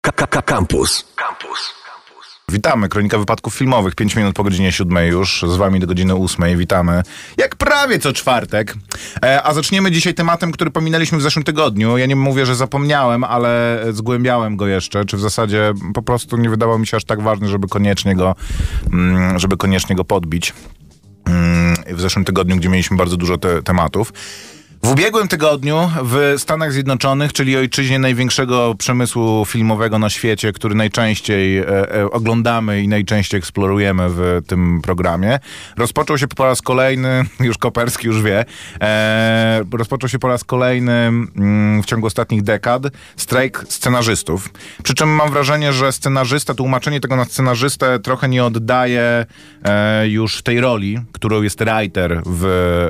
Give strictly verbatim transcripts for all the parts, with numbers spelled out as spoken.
Campus. Campus. Witamy, Kronika Wypadków Filmowych, pięć minut po godzinie siódmej już, z wami do godziny ósmej, witamy, jak prawie co czwartek, e, a zaczniemy dzisiaj tematem, który pominęliśmy w zeszłym tygodniu. Ja nie mówię, że zapomniałem, ale zgłębiałem go jeszcze, czy w zasadzie po prostu nie wydawał mi się aż tak ważny, żeby koniecznie go, mm, żeby koniecznie go podbić mm, w zeszłym tygodniu, gdzie mieliśmy bardzo dużo te, tematów. W ubiegłym tygodniu w Stanach Zjednoczonych, czyli ojczyźnie największego przemysłu filmowego na świecie, który najczęściej e, e, oglądamy i najczęściej eksplorujemy w tym programie, rozpoczął się po raz kolejny, już Koperski już wie, e, rozpoczął się po raz kolejny mm, w ciągu ostatnich dekad strajk scenarzystów. Przy czym mam wrażenie, że scenarzysta, tłumaczenie tego na scenarzystę trochę nie oddaje e, już tej roli, którą jest writer w...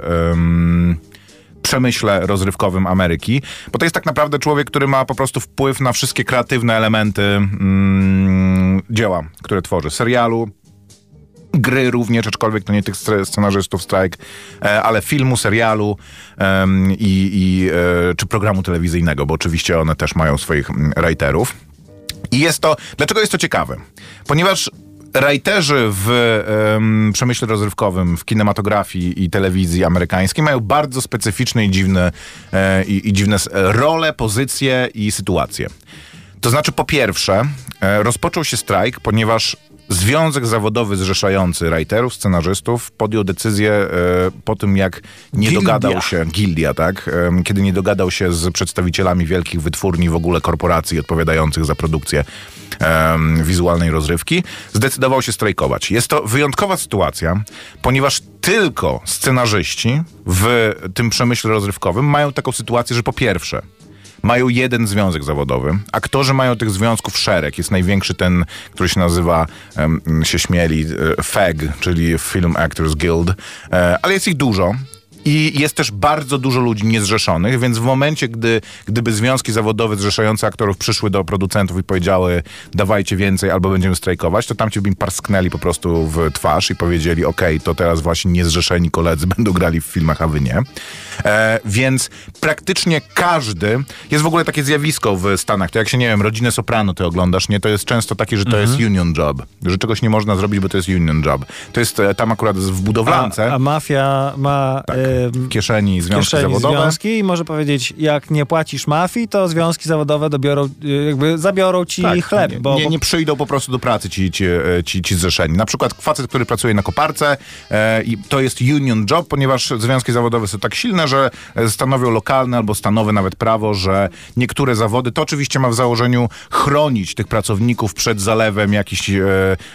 E, przemyśle rozrywkowym Ameryki, bo to jest tak naprawdę człowiek, który ma po prostu wpływ na wszystkie kreatywne elementy mm, dzieła, które tworzy. Serialu, gry również, aczkolwiek to nie tych scenarzystów strajk, e, ale filmu, serialu e, i, i, e, czy programu telewizyjnego, bo oczywiście one też mają swoich writerów. I jest to... Dlaczego jest to ciekawe? Ponieważ writerzy w um, przemyśle rozrywkowym, w kinematografii i telewizji amerykańskiej mają bardzo specyficzne i dziwne, e, i, i dziwne role, pozycje i sytuacje. To znaczy, po pierwsze, e, rozpoczął się strajk, ponieważ Związek Zawodowy zrzeszający writerów, scenarzystów podjął decyzję e, po tym, jak nie Gildia. dogadał się, gildia, tak? E, kiedy nie dogadał się z przedstawicielami wielkich wytwórni, w ogóle korporacji odpowiadających za produkcję e, wizualnej rozrywki, zdecydował się strajkować. Jest to wyjątkowa sytuacja, ponieważ tylko scenarzyści w tym przemyśle rozrywkowym mają taką sytuację, że po pierwsze, mają jeden związek zawodowy. Aktorzy mają tych związków szereg. Jest największy ten, który się nazywa, um, się śmieli, F A G, czyli Film Actors Guild, e, ale jest ich dużo. I jest też bardzo dużo ludzi niezrzeszonych, więc w momencie, gdy, gdyby związki zawodowe zrzeszające aktorów przyszły do producentów i powiedziały, dawajcie więcej albo będziemy strajkować, to tamci by im parsknęli po prostu w twarz i powiedzieli, okej, okay, to teraz właśnie niezrzeszeni koledzy będą grali w filmach, a wy nie. E, więc praktycznie każdy, jest w ogóle takie zjawisko w Stanach, to jak się, nie wiem, Rodzinę Soprano ty oglądasz, nie? To jest często takie, że to mhm. jest union job, że czegoś nie można zrobić, bo to jest union job. To jest tam akurat w budowlance. A, a mafia ma... Tak. W kieszeni związki kieszeni zawodowe. Związki i może powiedzieć, jak nie płacisz mafii, to związki zawodowe dobiorą, jakby zabiorą ci tak, chleb. Nie, bo, nie, nie przyjdą po prostu do pracy ci, ci, ci, ci zrzeszeni. Na przykład facet, który pracuje na koparce e, i to jest union job, ponieważ związki zawodowe są tak silne, że stanowią lokalne albo stanowe nawet prawo, że niektóre zawody, to oczywiście ma w założeniu chronić tych pracowników przed zalewem jakichś e,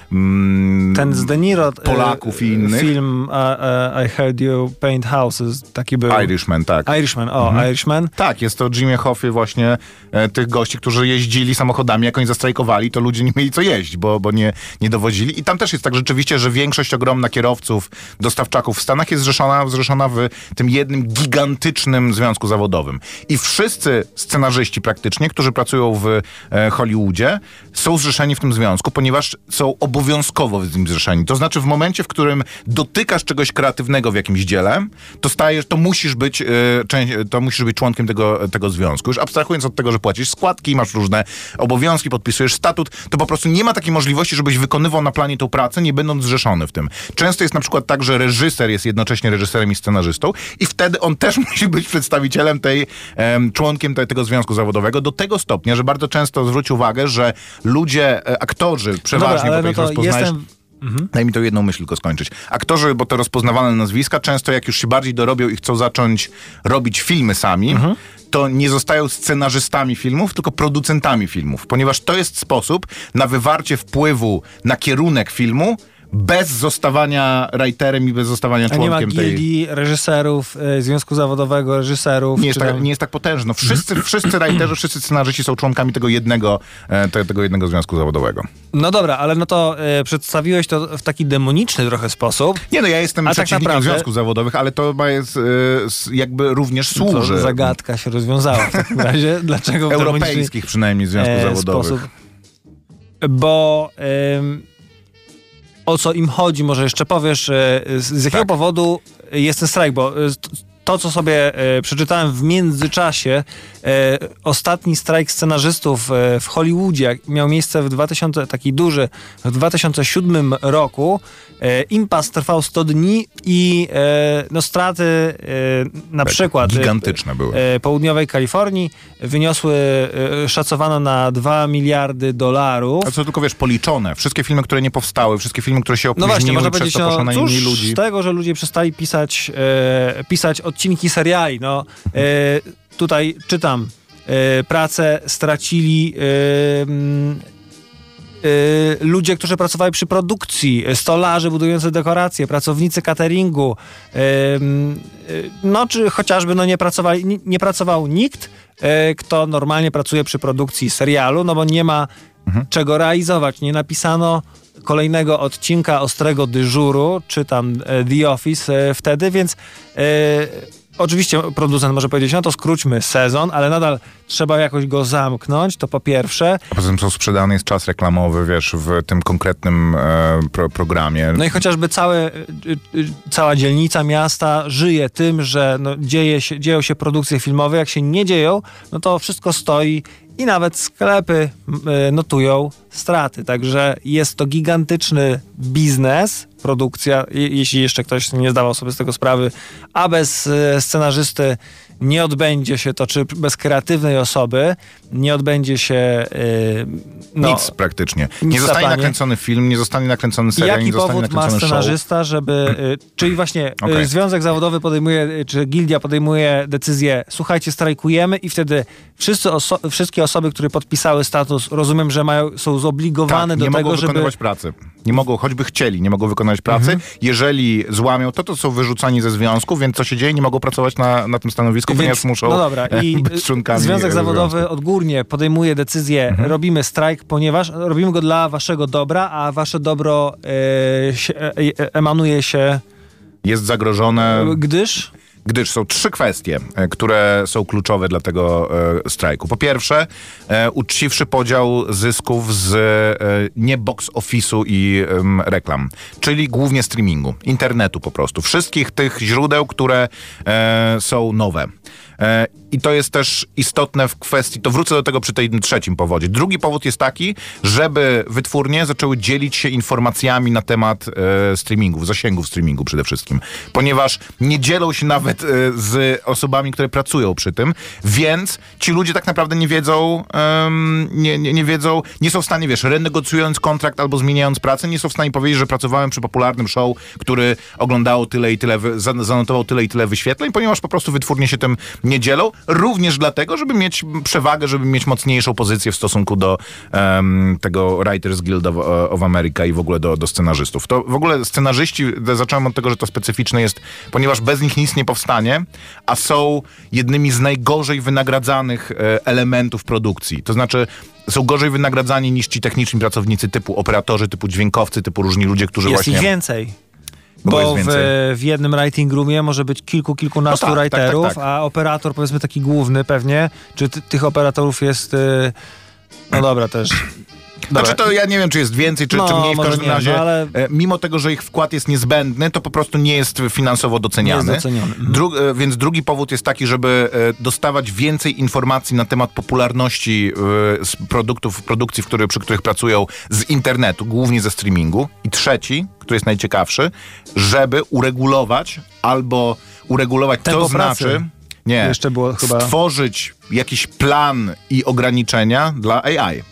mm, ten z De Niro, Polaków e, i innych. Film uh, uh, I Heard You Paint Houses, taki był. Irishman, tak. Irishman, o, mhm. Irishman. Tak, jest to Jimmy Hoffa właśnie e, tych gości, którzy jeździli samochodami, jak oni zastrajkowali, to ludzie nie mieli co jeść, bo, bo nie, nie dowozili. I tam też jest tak rzeczywiście, że większość ogromna kierowców, dostawczaków w Stanach jest zrzeszona, zrzeszona w tym jednym gigantycznym związku zawodowym. I wszyscy scenarzyści praktycznie, którzy pracują w e, Hollywoodzie, są zrzeszeni w tym związku, ponieważ są obowiązkowo w nim zrzeszeni. To znaczy w momencie, w którym dotykasz czegoś kreatywnego w jakimś dziele, to stajesz, to musisz być, e, część, to musisz być członkiem tego, tego związku. Już abstrahując od tego, że płacisz składki, masz różne obowiązki, podpisujesz statut, to po prostu nie ma takiej możliwości, żebyś wykonywał na planie tą pracę, nie będąc zrzeszony w tym. Często jest na przykład tak, że reżyser jest jednocześnie reżyserem i scenarzystą i wtedy on też musi być przedstawicielem tej, em, członkiem te, tego związku zawodowego do tego stopnia, że bardzo często zwróć uwagę, że ludzie, e, aktorzy przeważnie, Dobra, ale bo to no ich to rozpoznajesz... jestem... Mhm. Daj mi to jedną myśl tylko skończyć. Aktorzy, bo to rozpoznawalne nazwiska, często jak już się bardziej dorobią i chcą zacząć robić filmy sami, mhm. to nie zostają scenarzystami filmów, tylko producentami filmów. Ponieważ to jest sposób na wywarcie wpływu na kierunek filmu, bez zostawania writerem i bez zostawania członkiem tej... A nie ma gildii tej... reżyserów, y, Związku Zawodowego Reżyserów? Nie jest, tak, tam... nie jest tak potężno. Wszyscy, wszyscy writerzy, wszyscy scenarzyści są członkami tego jednego, te, tego jednego związku zawodowego. No dobra, ale no to y, przedstawiłeś to w taki demoniczny trochę sposób. Nie no, ja jestem A przeciwnikiem tak naprawdę... związków zawodowych, ale to jest, y, jakby również służy. To zagadka się rozwiązała w takim razie. Dlaczego w europejskich przynajmniej związków e, zawodowych. Sposób. Bo... Y, o co im chodzi, może jeszcze powiesz, z jakiego tak. powodu jest ten strajk, bo to, co sobie przeczytałem w międzyczasie, E, ostatni strajk scenarzystów e, w Hollywoodzie miał miejsce w dwa tysiące, taki duży, w dwa tysiące siódmym roku. E, impas trwał sto dni i e, no, straty e, na tak, przykład gigantyczne e, były. E, południowej Kalifornii wyniosły, e, szacowano na dwa miliardy dolarów. A co tylko wiesz, policzone. Wszystkie filmy, które nie powstały, wszystkie filmy, które się No opóźniły, właśnie, można przez powiedzieć, to poszło no na cóż inni ludzi. z tego, że ludzie przestali pisać, e, pisać odcinki seriali. No, e, tutaj czytam, e, pracę stracili e, m, e, ludzie, którzy pracowali przy produkcji, stolarze budujący dekoracje, pracownicy cateringu, e, m, e, no czy chociażby no, nie, pracowali, nie, nie pracował nikt, e, kto normalnie pracuje przy produkcji serialu, no bo nie ma mhm. czego realizować. Nie napisano kolejnego odcinka Ostrego Dyżuru, czy tam e, The Office e, wtedy, więc e, oczywiście producent może powiedzieć, no to skróćmy sezon, ale nadal trzeba jakoś go zamknąć, to po pierwsze. A poza tym są sprzedany jest czas reklamowy, wiesz, w tym konkretnym e, pro, programie. No i chociażby całe, y, y, cała dzielnica miasta żyje tym, że no, dzieje się, dzieją się produkcje filmowe. Jak się nie dzieją, no to wszystko stoi i nawet sklepy y, notują straty. Także jest to gigantyczny biznes, produkcja, i, jeśli jeszcze ktoś nie zdawał sobie z tego sprawy, a bez y, scenarzysty nie odbędzie się to, czy bez kreatywnej osoby nie odbędzie się y, no, nic praktycznie. Nic nie zostanie zapanie. nakręcony film, nie zostanie nakręcony serial, Jaki nie zostanie powód ma nakręcony scenarzysta, show? żeby... Y, czyli właśnie y, Okay. związek zawodowy podejmuje, y, czy gildia podejmuje decyzję, słuchajcie, strajkujemy i wtedy wszyscy oso- wszystkie osoby, które podpisały status, rozumiem, że mają, są zobligowane tak, do nie tego, mogą żeby... wykonywać pracy. Nie mogą, choćby chcieli, nie mogą wykonywać pracy. Mhm. Jeżeli złamią to, to są wyrzucani ze związku, więc co się dzieje? Nie mogą pracować na, na tym stanowisku, Więc, ponieważ muszą no dobra, i być członkami związek zawodowy związku. odgórnie podejmuje decyzję, mhm. robimy strajk, ponieważ robimy go dla waszego dobra, a wasze dobro e, się, e, e, emanuje się... Jest zagrożone... Gdyż... Gdyż są trzy kwestie, e, które są kluczowe dla tego e, strajku. Po pierwsze, e, uczciwszy podział zysków z e, nie box office'u i e, reklam, czyli głównie streamingu, internetu po prostu. Wszystkich tych źródeł, które e, są nowe. E, I to jest też istotne w kwestii, to wrócę do tego przy tej trzecim powodzie. Drugi powód jest taki, żeby wytwórnie zaczęły dzielić się informacjami na temat e, streamingów, zasięgów streamingu przede wszystkim. Ponieważ nie dzielą się nawet e, z osobami, które pracują przy tym, więc ci ludzie tak naprawdę nie wiedzą, um, nie, nie, nie wiedzą, nie są w stanie, wiesz, renegocjując kontrakt albo zmieniając pracę, nie są w stanie powiedzieć, że pracowałem przy popularnym show, który oglądało tyle i tyle, wy, zanotował tyle i tyle wyświetleń, ponieważ po prostu wytwórnie się tym nie dzielą, również dlatego, żeby mieć przewagę, żeby mieć mocniejszą pozycję w stosunku do um, tego Writers Guild of, of America i w ogóle do, do scenarzystów. To w ogóle scenarzyści, zacząłem od tego, że to specyficzne jest, ponieważ bez nich nic nie powstanie, a są jednymi z najgorzej wynagradzanych e, elementów produkcji. To znaczy są gorzej wynagradzani niż ci techniczni pracownicy typu operatorzy, typu dźwiękowcy, typu różni ludzie, którzy jest właśnie... ich więcej. Bo Bo jest w, więcej. w jednym writing roomie może być kilku, kilkunastu No tak, writerów, tak, tak, tak. a operator, powiedzmy taki główny pewnie, czy ty, tych operatorów jest... y, No dobra, też... Dobra. Znaczy to ja nie wiem, czy jest więcej, czy, No, czy mniej, w może każdym nie, razie, no, ale- e, mimo tego, że ich wkład jest niezbędny, to po prostu nie jest finansowo doceniany. Nie jest doceniony. Mhm. Dru- e, więc drugi powód jest taki, żeby e, dostawać więcej informacji na temat popularności e, z produktów, produkcji, w który, przy których pracują z internetu, głównie ze streamingu. I trzeci, który jest najciekawszy, żeby uregulować albo uregulować, Tempo to pracy. znaczy... Nie, Jeszcze było chyba- stworzyć jakiś plan i ograniczenia dla A I.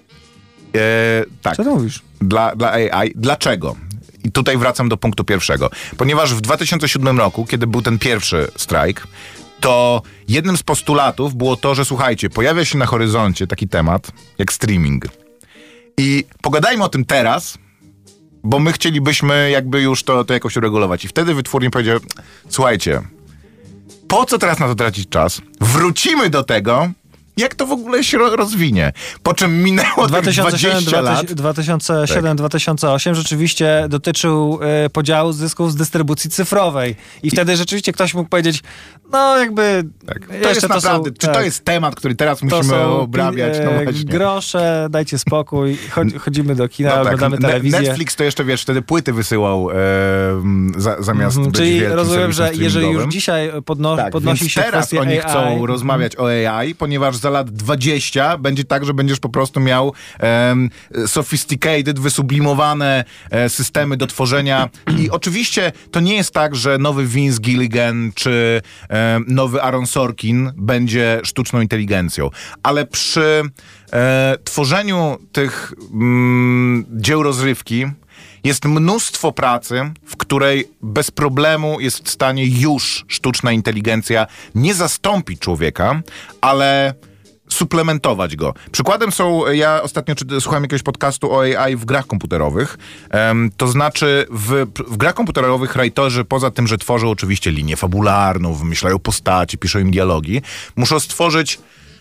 E, tak, Co ty mówisz? dla, dla A I. Dlaczego? I tutaj wracam do punktu pierwszego. Ponieważ w dwa tysiące siódmym roku, kiedy był ten pierwszy strajk, to jednym z postulatów było to, że słuchajcie, pojawia się na horyzoncie taki temat jak streaming. I pogadajmy o tym teraz, bo my chcielibyśmy jakby już to, to jakoś uregulować. I wtedy wytwórnie powiedział, słuchajcie, po co teraz na to tracić czas? Wrócimy do tego, jak to w ogóle się ro- rozwinie. Po czym minęło dwa tysiące siedem, dwadzieścia lat. dwa tysiące siedem dwa tysiące osiem rzeczywiście dotyczył e, podziału zysków z dystrybucji cyfrowej. I, I wtedy rzeczywiście ktoś mógł powiedzieć, no jakby... Tak. To jeszcze jest to naprawdę, są, czy tak, to jest temat, który teraz to musimy są, obrabiać? No e, właśnie. grosze, dajcie spokój, chodź, chodzimy do kina, No tak. oglądamy Ne- telewizję. Netflix to jeszcze, wiesz, wtedy płyty wysyłał e, za, zamiast Mhm, być czyli wielkim rozumiem, że serwisem jeżeli już streamingowym. dzisiaj podno- Tak, podnosi więc się teraz kwestia oni A I, chcą rozmawiać o A I, ponieważ za lat dwadzieścia będzie tak, że będziesz po prostu miał um, sophisticated, wysublimowane e, systemy do tworzenia. I oczywiście to nie jest tak, że nowy Vince Gilligan czy e, nowy Aaron Sorkin będzie sztuczną inteligencją. Ale przy e, tworzeniu tych mm, dzieł rozrywki jest mnóstwo pracy, w której bez problemu jest w stanie już sztuczna inteligencja nie zastąpić człowieka, ale suplementować go. Przykładem są, ja ostatnio czy, słuchałem jakiegoś podcastu o A I w grach komputerowych, um, to znaczy w, w grach komputerowych writerzy, poza tym, że tworzą oczywiście linię fabularną, wymyślają postaci, piszą im dialogi, muszą stworzyć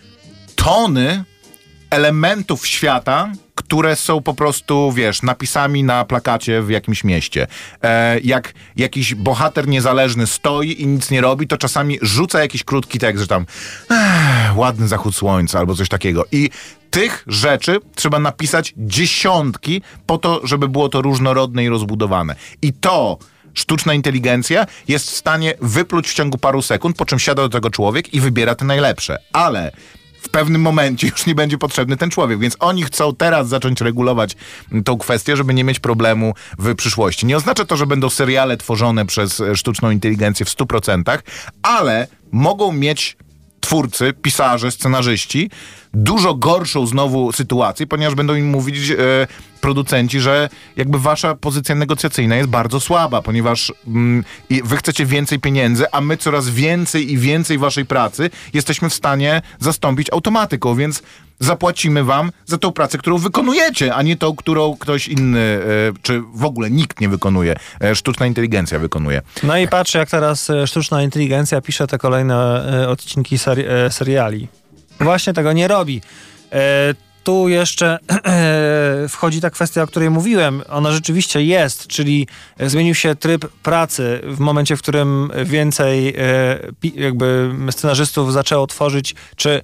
tony elementów świata, które są po prostu, wiesz, napisami na plakacie w jakimś mieście. E, jak jakiś bohater niezależny stoi i nic nie robi, to czasami rzuca jakiś krótki tekst, że tam eh, ładny zachód słońca albo coś takiego. I tych rzeczy trzeba napisać dziesiątki po to, żeby było to różnorodne i rozbudowane. I to sztuczna inteligencja jest w stanie wypluć w ciągu paru sekund, po czym siada do tego człowiek i wybiera te najlepsze. Ale w pewnym momencie już nie będzie potrzebny ten człowiek, więc oni chcą teraz zacząć regulować tą kwestię, żeby nie mieć problemu w przyszłości. Nie oznacza to, że będą seriale tworzone przez sztuczną inteligencję w stu procentach, ale mogą mieć twórcy, pisarze, scenarzyści dużo gorszą znowu sytuację, ponieważ będą im mówić e, producenci, że jakby wasza pozycja negocjacyjna jest bardzo słaba, ponieważ mm, i wy chcecie więcej pieniędzy, a my coraz więcej i więcej waszej pracy jesteśmy w stanie zastąpić automatyką, więc zapłacimy wam za tą pracę, którą wykonujecie, a nie tą, którą ktoś inny, e, czy w ogóle nikt nie wykonuje. E, sztuczna inteligencja wykonuje. No i patrzę, jak teraz e, sztuczna inteligencja pisze te kolejne e, odcinki seri- e, seriali. Właśnie tego nie robi. E, tu jeszcze e, wchodzi ta kwestia, o której mówiłem. Ona rzeczywiście jest, czyli zmienił się tryb pracy w momencie, w którym więcej e, pi, jakby scenarzystów zaczęło tworzyć, czy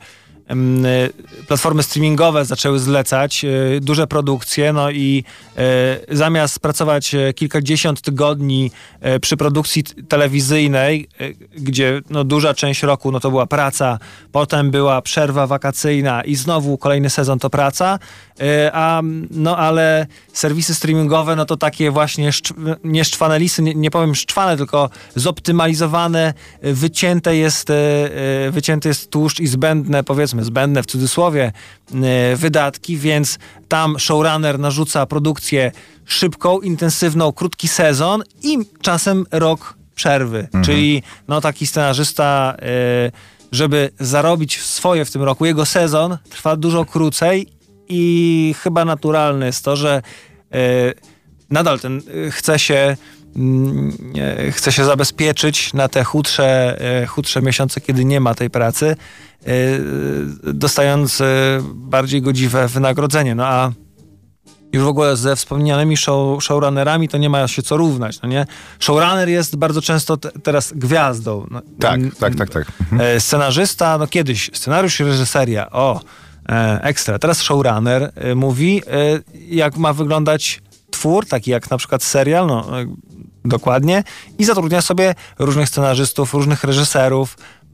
platformy streamingowe zaczęły zlecać e, duże produkcje, no i e, zamiast pracować kilkadziesiąt tygodni e, przy produkcji t- telewizyjnej, e, gdzie no, duża część roku no, to była praca, potem była przerwa wakacyjna i znowu kolejny sezon to praca, e, a no ale serwisy streamingowe no to takie właśnie szcz- nie szczwane lisy, nie, nie powiem szczwane, tylko zoptymalizowane, wycięte jest, e, wycięty jest tłuszcz i zbędne, powiedzmy zbędne w cudzysłowie e, wydatki, więc tam showrunner narzuca produkcję szybką, intensywną, krótki sezon i czasem rok przerwy. Mhm. Czyli no taki scenarzysta, e, żeby zarobić swoje w tym roku, jego sezon trwa dużo krócej i chyba naturalne jest to, że e, nadal ten e, chce się e, chce się zabezpieczyć na te chudsze, e, chudsze miesiące, kiedy nie ma tej pracy, dostając bardziej godziwe wynagrodzenie. No a już w ogóle ze wspomnianymi show, showrunnerami to nie ma się co równać, no nie? Showrunner jest bardzo często te, teraz gwiazdą. No, Tak, tak, tak, tak. Mhm. Scenarzysta, no kiedyś scenariusz i reżyseria, o, e, ekstra. Teraz showrunner e, mówi, e, jak ma wyglądać twór, taki jak na przykład serial, no e, dokładnie, i zatrudnia sobie różnych scenarzystów, różnych reżyserów,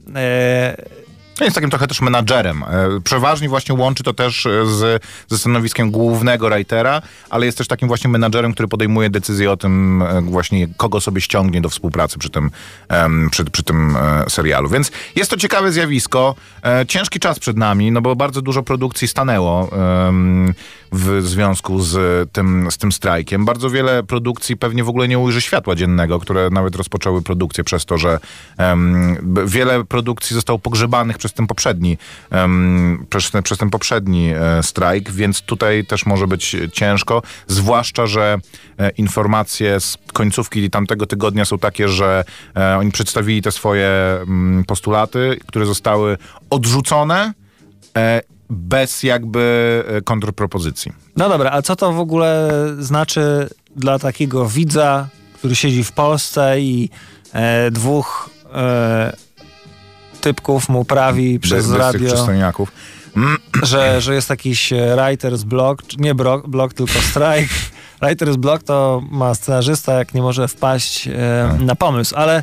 e, Jest takim trochę też menadżerem. Przeważnie właśnie łączy to też z, ze stanowiskiem głównego writera, ale jest też takim właśnie menadżerem, który podejmuje decyzję o tym właśnie, kogo sobie ściągnie do współpracy przy tym, przy, przy tym serialu. Więc jest to ciekawe zjawisko. Ciężki czas przed nami, no bo bardzo dużo produkcji stanęło w związku z tym, z tym strajkiem. Bardzo wiele produkcji pewnie w ogóle nie ujrzy światła dziennego, które nawet rozpoczęły produkcję przez to, że wiele produkcji zostało pogrzebanych przez ten poprzedni, um, przez, ten, przez ten poprzedni e, strajk, więc tutaj też może być ciężko, zwłaszcza, że e, informacje z końcówki tamtego tygodnia są takie, że e, oni przedstawili te swoje m, postulaty, które zostały odrzucone, e, bez jakby kontrpropozycji. No dobra, a co to w ogóle znaczy dla takiego widza, który siedzi w Polsce i e, dwóch e, typków mu prawi przez bez, bez radio, tych przystojniaków. że, że jest jakiś writer's block, nie block, block tylko strike. Writer's block to ma scenarzysta, jak nie może wpaść e, na pomysł, ale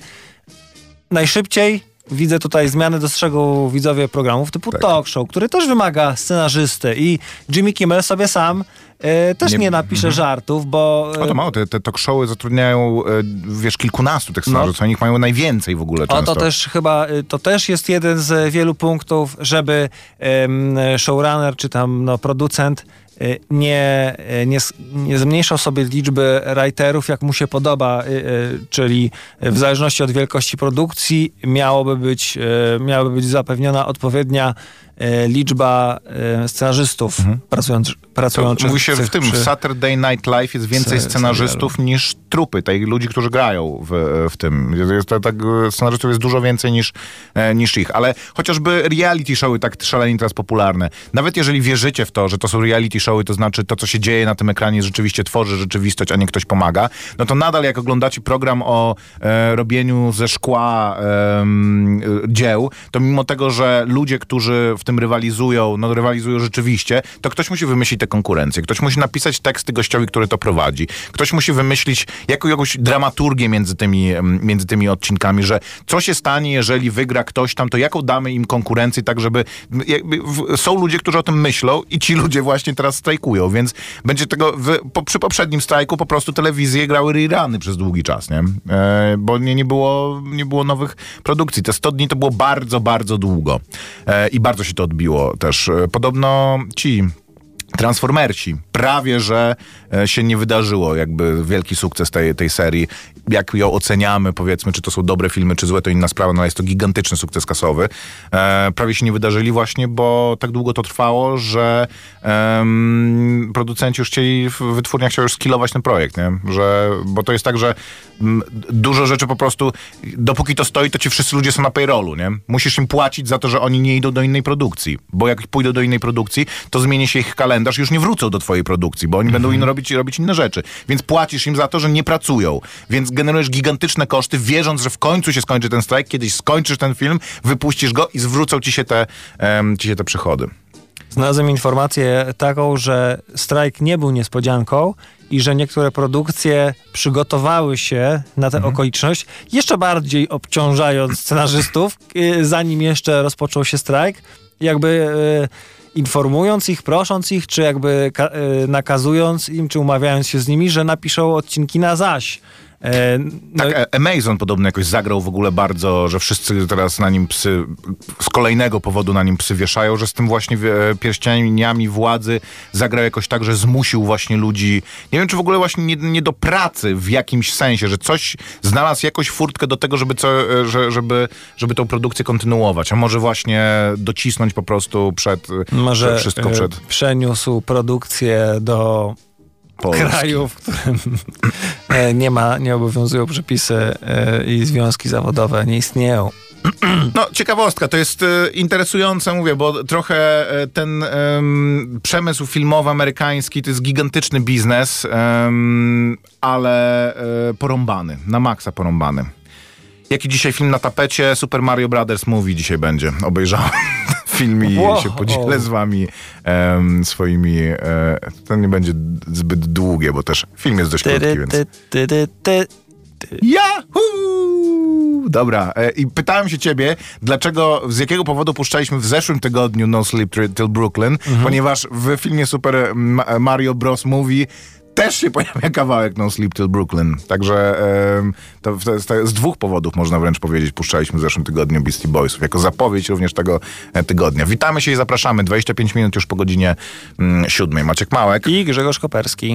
najszybciej widzę tutaj zmiany, dostrzegą widzowie programów typu tak. talk show, który też wymaga scenarzysty i Jimmy Kimmel sobie sam e, też nie, nie napisze mm-hmm. żartów, bo... O to mało, te, te talk showy zatrudniają, e, wiesz, kilkunastu tych scenarzystów, no. Oni ich mają najwięcej w ogóle często. O, to też chyba, to też jest jeden z wielu punktów, żeby um, showrunner czy tam no, producent Nie, nie, nie zmniejszał sobie liczby writerów, jak mu się podoba, czyli w zależności od wielkości produkcji miałoby być, miałaby być zapewniona odpowiednia liczba scenarzystów mhm. pracujących. pracujących Mówi się, że w tym przy... Saturday Night Live jest więcej Se, scenarzystów serialu. niż trupy, tej ludzi, którzy grają w, w tym. Jest, to, tak, scenarzystów jest dużo więcej niż, niż ich, ale chociażby reality showy tak szalenie teraz popularne. Nawet jeżeli wierzycie w to, że to są reality showy, to znaczy to, co się dzieje na tym ekranie rzeczywiście tworzy rzeczywistość, a nie ktoś pomaga, no to nadal jak oglądacie program o e, robieniu ze szkła e, dzieł, to mimo tego, że ludzie, którzy w tym rywalizują, no rywalizują rzeczywiście, to ktoś musi wymyślić tę konkurencję. Ktoś musi napisać teksty gościowi, który to prowadzi. Ktoś musi wymyślić jaką, jakąś dramaturgię między tymi, między tymi odcinkami, że co się stanie, jeżeli wygra ktoś tam, to jaką damy im konkurencję, tak żeby... Jakby, w, są ludzie, którzy o tym myślą i ci ludzie właśnie teraz strajkują, więc będzie tego... W, po, przy poprzednim strajku po prostu telewizje grały reruny przez długi czas, nie? E, bo nie, nie, było, nie było nowych produkcji. Te sto dni to było bardzo, bardzo długo. E, I bardzo się to odbiło też. E, podobno ci... Transformersi. Prawie, że się nie wydarzyło jakby wielki sukces tej, tej serii. Jak ją oceniamy, powiedzmy, czy to są dobre filmy, czy złe, to inna sprawa, no jest to gigantyczny sukces kasowy. E, prawie się nie wydarzyli właśnie, bo tak długo to trwało, że em, producenci już chcieli, wytwórnia chciała już skillować ten projekt, nie? Że, bo to jest tak, że m, dużo rzeczy po prostu, dopóki to stoi, to ci wszyscy ludzie są na payrollu, nie? Musisz im płacić za to, że oni nie idą do innej produkcji, bo jak pójdą do innej produkcji, to zmieni się ich kalendarz, już nie wrócą do twojej produkcji, bo oni mm-hmm. będą in robić, robić inne rzeczy. Więc płacisz im za to, że nie pracują. Więc generujesz gigantyczne koszty, wierząc, że w końcu się skończy ten strajk, kiedyś skończysz ten film, wypuścisz go i zwrócą ci się te, um, ci się te przychody. Znalazłem informację taką, że strajk nie był niespodzianką i że niektóre produkcje przygotowały się na tę mhm. okoliczność, jeszcze bardziej obciążając scenarzystów, zanim jeszcze rozpoczął się strajk. Jakby... Yy, informując ich, prosząc ich, czy jakby ka- nakazując im, czy umawiając się z nimi, że napiszą odcinki na zaś. E, no tak, i... Amazon podobno jakoś zagrał w ogóle bardzo, że wszyscy teraz na nim psy, z kolejnego powodu na nim psy wieszają, że z tym właśnie pierścieniami władzy zagrał jakoś tak, że zmusił właśnie ludzi, nie wiem czy w ogóle właśnie nie, nie do pracy w jakimś sensie, że coś znalazł jakąś furtkę do tego, żeby, co, że, żeby, żeby tą produkcję kontynuować, a może właśnie docisnąć po prostu przed, może przed wszystko przed... przeniósł produkcję do Polski. Kraju, w którym nie ma, nie obowiązują przepisy i związki zawodowe nie istnieją. No, ciekawostka, to jest e, interesujące, mówię, bo trochę e, ten e, przemysł filmowy amerykański to jest gigantyczny biznes, e, ale e, porąbany, na maksa porąbany. Jaki dzisiaj film na tapecie? Super Mario Brothers Movie dzisiaj będzie. Obejrzałem film i wow. się podzielę z wami um, swoimi... E, to nie będzie zbyt długie, bo też film jest dość krótki, więc... Yahoo! Dobra, e, i pytałem się ciebie, dlaczego, z jakiego powodu puszczaliśmy w zeszłym tygodniu No Sleep Till Brooklyn, mhm. ponieważ w filmie Super Mario Bros. Movie też się pojawia kawałek No Sleep Till Brooklyn. Także e, to, to, to z dwóch powodów, można wręcz powiedzieć, puszczaliśmy w zeszłym tygodniu Beastie Boysów, jako zapowiedź również tego e, tygodnia. Witamy się i zapraszamy. dwadzieścia pięć minut już po godzinie mm, siódmej. Maciek Małek i Grzegorz Koperski.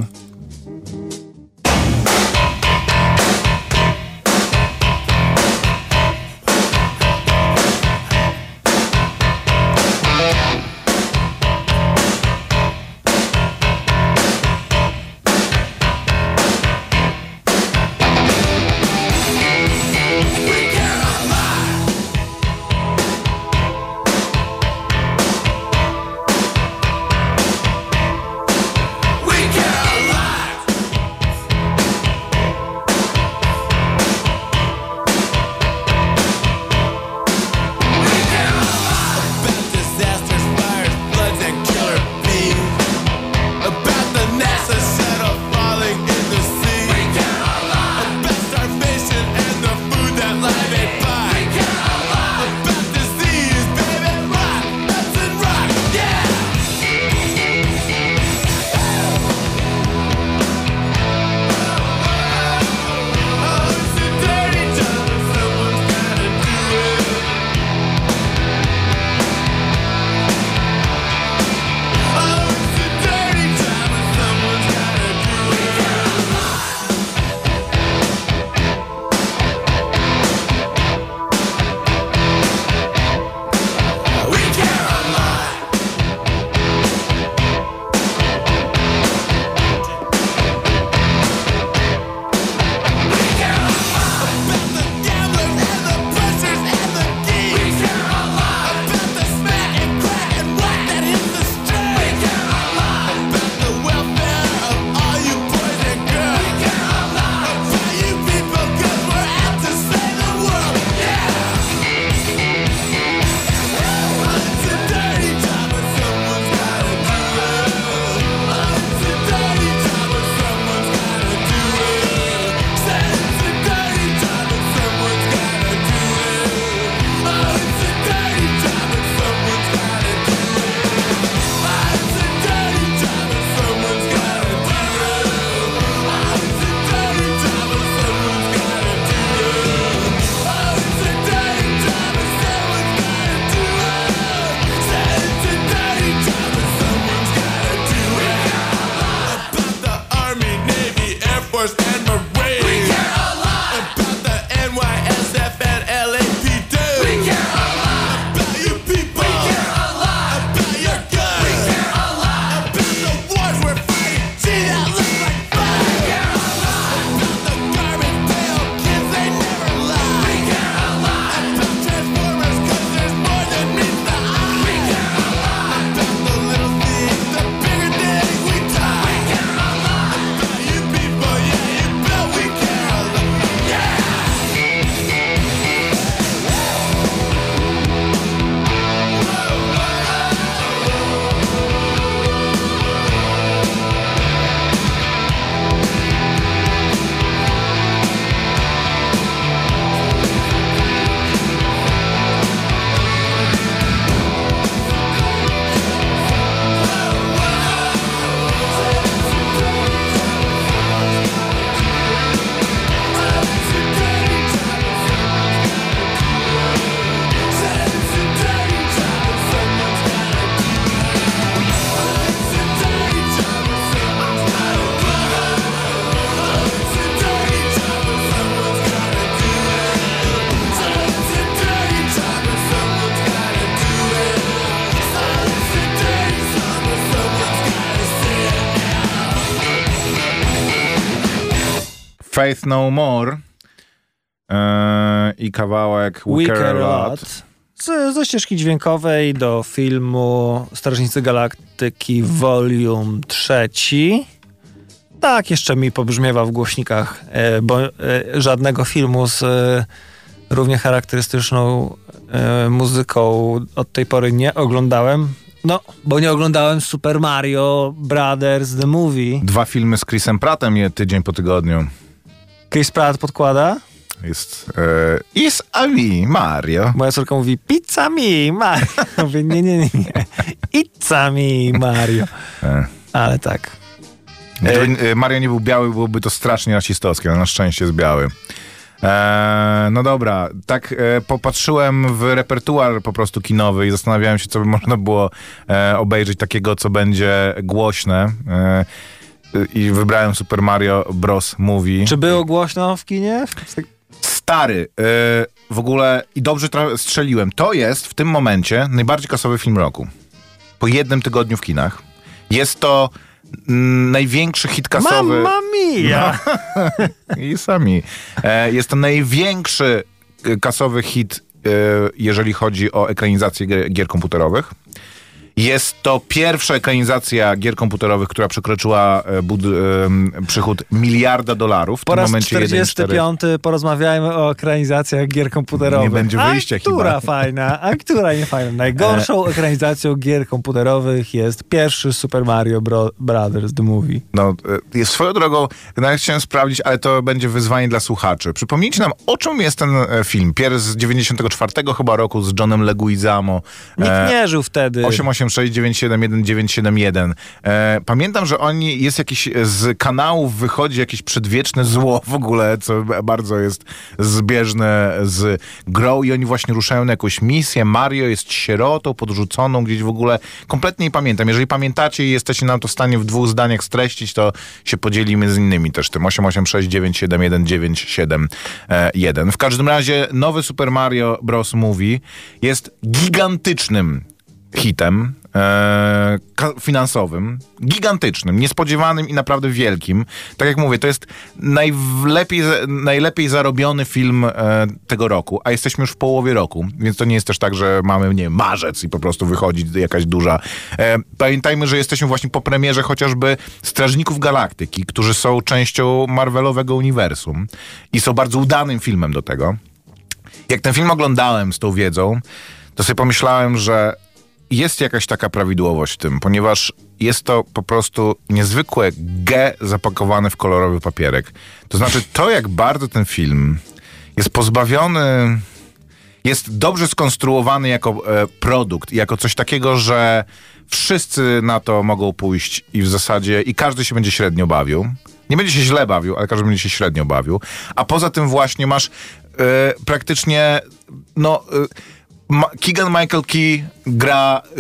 Faith No More e, i kawałek We Care A Lot. Z, ze ścieżki dźwiękowej do filmu Strażnicy Galaktyki Volume trzeci. Tak, jeszcze mi pobrzmiewa w głośnikach, e, bo e, żadnego filmu z e, równie charakterystyczną e, muzyką od tej pory nie oglądałem. No, bo nie oglądałem Super Mario Brothers The Movie. Dwa filmy z Chrisem Prattem je tydzień po tygodniu. Chris Pratt podkłada. Jest e, Is a me, Mario. Moja córka mówi pizza me, Mario. Mówię, nie, nie, nie, nie. Pizza me, Mario. E. Ale tak. Gdyby Mario nie był biały, byłoby to strasznie rasistowskie, ale na szczęście jest biały. Eee, no dobra, tak e, popatrzyłem w repertuar po prostu kinowy i zastanawiałem się, co by można było e, obejrzeć takiego, co będzie głośne. E, I wybrałem Super Mario Bros. Movie. Czy było głośno w kinie? Stary, e, w ogóle i dobrze tra- strzeliłem. To jest w tym momencie najbardziej kasowy film roku. Po jednym tygodniu w kinach. Jest to mm, największy hit kasowy. Mamma mia! No. I sami. E, jest to największy kasowy hit, e, jeżeli chodzi o ekranizację gier, gier komputerowych. Jest to pierwsza ekranizacja gier komputerowych, która przekroczyła e, bud, e, przychód miliarda dolarów. W Po tym raz momencie czterdziesty piąty porozmawiajmy o ekranizacjach gier komputerowych. Nie będzie wyjścia a która chyba. fajna, a która nie fajna. Najgorszą ekranizacją gier komputerowych jest pierwszy Super Mario Bro- Brothers The Movie. No, e, swoją drogą, nawet chciałem sprawdzić, ale to będzie wyzwanie dla słuchaczy. Przypomnijcie nam, o czym jest ten e, film. Pierwszy z dziewięćdziesiątego czwartego chyba roku z Johnem Leguizamo. Nikt E, nie żył wtedy. osiem osiem sześć dziewięć siedem jeden dziewięć siedem jeden. E, pamiętam, że oni, jest jakiś, z kanałów wychodzi jakieś przedwieczne zło w ogóle, co bardzo jest zbieżne z grą i oni właśnie ruszają na jakąś misję. Mario jest sierotą, podrzuconą gdzieś w ogóle. Kompletnie nie pamiętam. Jeżeli pamiętacie i jesteście nam to w stanie w dwóch zdaniach streścić, to się podzielimy z innymi też tym. osiem osiem sześć dziewięć siedem jeden dziewięć siedem jeden. W każdym razie nowy Super Mario Bros. Movie jest gigantycznym hitem e, finansowym, gigantycznym, niespodziewanym i naprawdę wielkim. Tak jak mówię, to jest najlepiej, najlepiej zarobiony film e, tego roku, a jesteśmy już w połowie roku, więc to nie jest też tak, że mamy, nie wiem, marzec i po prostu wychodzi jakaś duża. E, pamiętajmy, że jesteśmy właśnie po premierze chociażby Strażników Galaktyki, którzy są częścią Marvelowego uniwersum i są bardzo udanym filmem do tego. Jak ten film oglądałem z tą wiedzą, to sobie pomyślałem, że jest jakaś taka prawidłowość w tym, ponieważ jest to po prostu niezwykłe G zapakowane w kolorowy papierek. To znaczy to, jak bardzo ten film jest pozbawiony, jest dobrze skonstruowany jako e, produkt, jako coś takiego, że wszyscy na to mogą pójść i w zasadzie i każdy się będzie średnio bawił. Nie będzie się źle bawił, ale każdy będzie się średnio bawił. A poza tym właśnie masz e, praktycznie no... E, Ma- Keegan Michael Key gra e,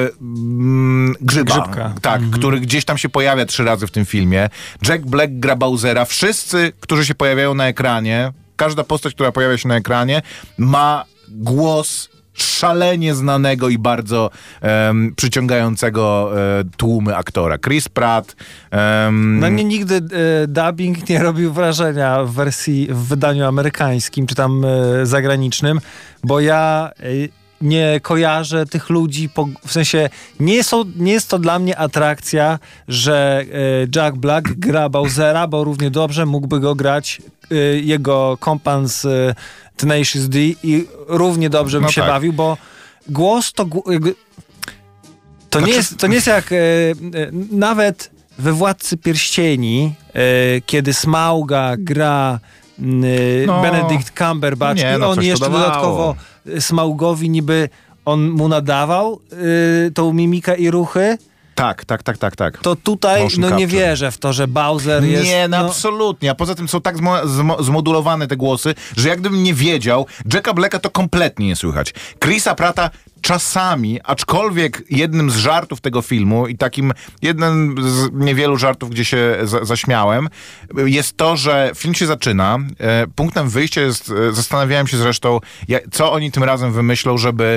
mm, grzyba, Grzybka. tak, mm-hmm. który gdzieś tam się pojawia trzy razy w tym filmie. Jack Black gra Bowsera. Wszyscy, którzy się pojawiają na ekranie, każda postać, która pojawia się na ekranie, ma głos szalenie znanego i bardzo um, przyciągającego e, tłumy aktora. Chris Pratt. Um, Na mnie nigdy e, dubbing nie robił wrażenia w wersji, w wydaniu amerykańskim czy tam e, zagranicznym, bo ja e, nie kojarzę tych ludzi, po, w sensie nie, są, nie jest to dla mnie atrakcja, że e, Jack Black gra Bowsera, bo równie dobrze mógłby go grać e, jego kompan z e, Tenacious D i równie dobrze bym no się tak. bawił, bo głos to... Jakby, to, Znaczy... nie jest, to nie jest jak e, e, nawet we Władcy Pierścieni, e, kiedy Smauga gra e, No, Benedict Cumberbatch nie, i no, on coś to jeszcze dawało. dodatkowo Smaugowi niby on mu nadawał e, tą mimikę i ruchy, Tak, tak, tak, tak, tak. to tutaj Motion no nie capture. wierzę w to, że Bowser jest... Nie, no, no, absolutnie. A poza tym są tak zmo- zmo- zmodulowane te głosy, że jak gdybym nie wiedział, Jacka Blacka to kompletnie nie słychać. Chrisa Pratta czasami, aczkolwiek jednym z żartów tego filmu i takim jednym z niewielu żartów, gdzie się za- zaśmiałem, jest to, że film się zaczyna. E, punktem wyjścia jest, e, zastanawiałem się zresztą, jak, co oni tym razem wymyślą, żeby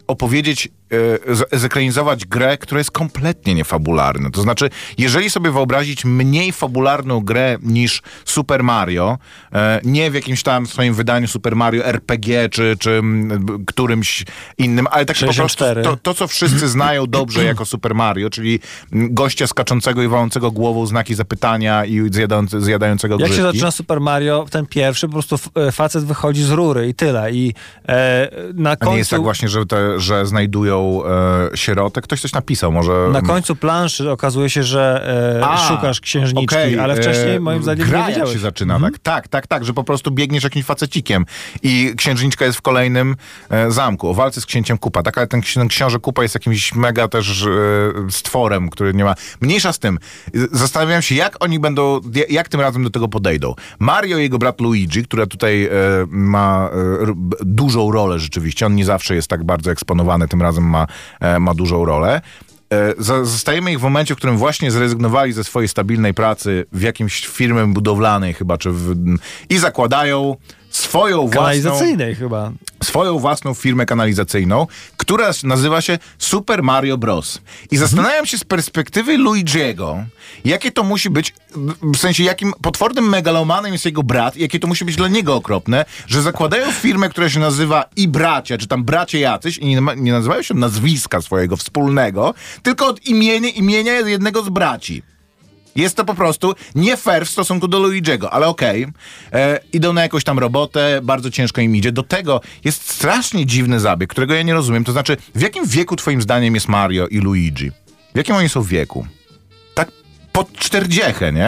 opowiedzieć, e, z- zekranizować grę, która jest kompletnie niefabularna. To znaczy, jeżeli sobie wyobrazić mniej fabularną grę niż Super Mario, e, nie w jakimś tam swoim wydaniu Super Mario R P G, czy, czy m, którymś innym, ale tak po prostu sześćdziesiąt cztery. to, to, co wszyscy znają dobrze jako Super Mario, czyli m, gościa skaczącego i wałącego głową znaki zapytania i zjadający, zjadającego Jak grzybki. się zaczyna Super Mario, ten pierwszy, po prostu f- facet wychodzi z rury i tyle. I e, na A końcu... nie jest tak właśnie, że, te, że znajdują e, sierotę? Ktoś coś napisał, może... Na końcu planszy okazuje się, że e, A, szukasz księżniczki, okej, ale wcześniej e, moim zdaniem gra nie jak wiedziałeś. się zaczyna, tak, tak, tak, tak, że po prostu biegniesz jakimś facecikiem i księżniczka jest w kolejnym e, zamku, o walce z księciem Kupa, tak, ale ten, ten książę Kupa jest jakimś mega też e, stworem, który nie ma... Mniejsza z tym. Zastanawiam się, jak oni będą, jak tym razem do tego podejdą. Mario i jego brat Luigi, który tutaj e, ma e, r- dużą rolę rzeczywiście, on nie zawsze jest tak bardzo eksponowany, tym razem ma, e, ma dużą rolę. E, za- Zostajemy ich w momencie, w którym właśnie zrezygnowali ze swojej stabilnej pracy w jakimś firmie budowlanej chyba, czy w, i zakładają swoją własną, Kanalizacyjnej chyba. swoją własną firmę kanalizacyjną, która nazywa się Super Mario Bros. I zastanawiam się z perspektywy Luigiego, jakie to musi być, w sensie jakim potwornym megalomanem jest jego brat i jakie to musi być dla niego okropne, że zakładają firmę, która się nazywa i bracia, czy tam bracie jacyś i nie, ma- nie nazywają się nazwiska swojego wspólnego, tylko od imienia, imienia jednego z braci. Jest to po prostu nie fair w stosunku do Luigiego, ale okej. E, Idą na jakąś tam robotę, bardzo ciężko im idzie. Do tego jest strasznie dziwny zabieg, którego ja nie rozumiem. To znaczy, w jakim wieku twoim zdaniem jest Mario i Luigi? W jakim oni są wieku? Tak pod czterdziechę, nie?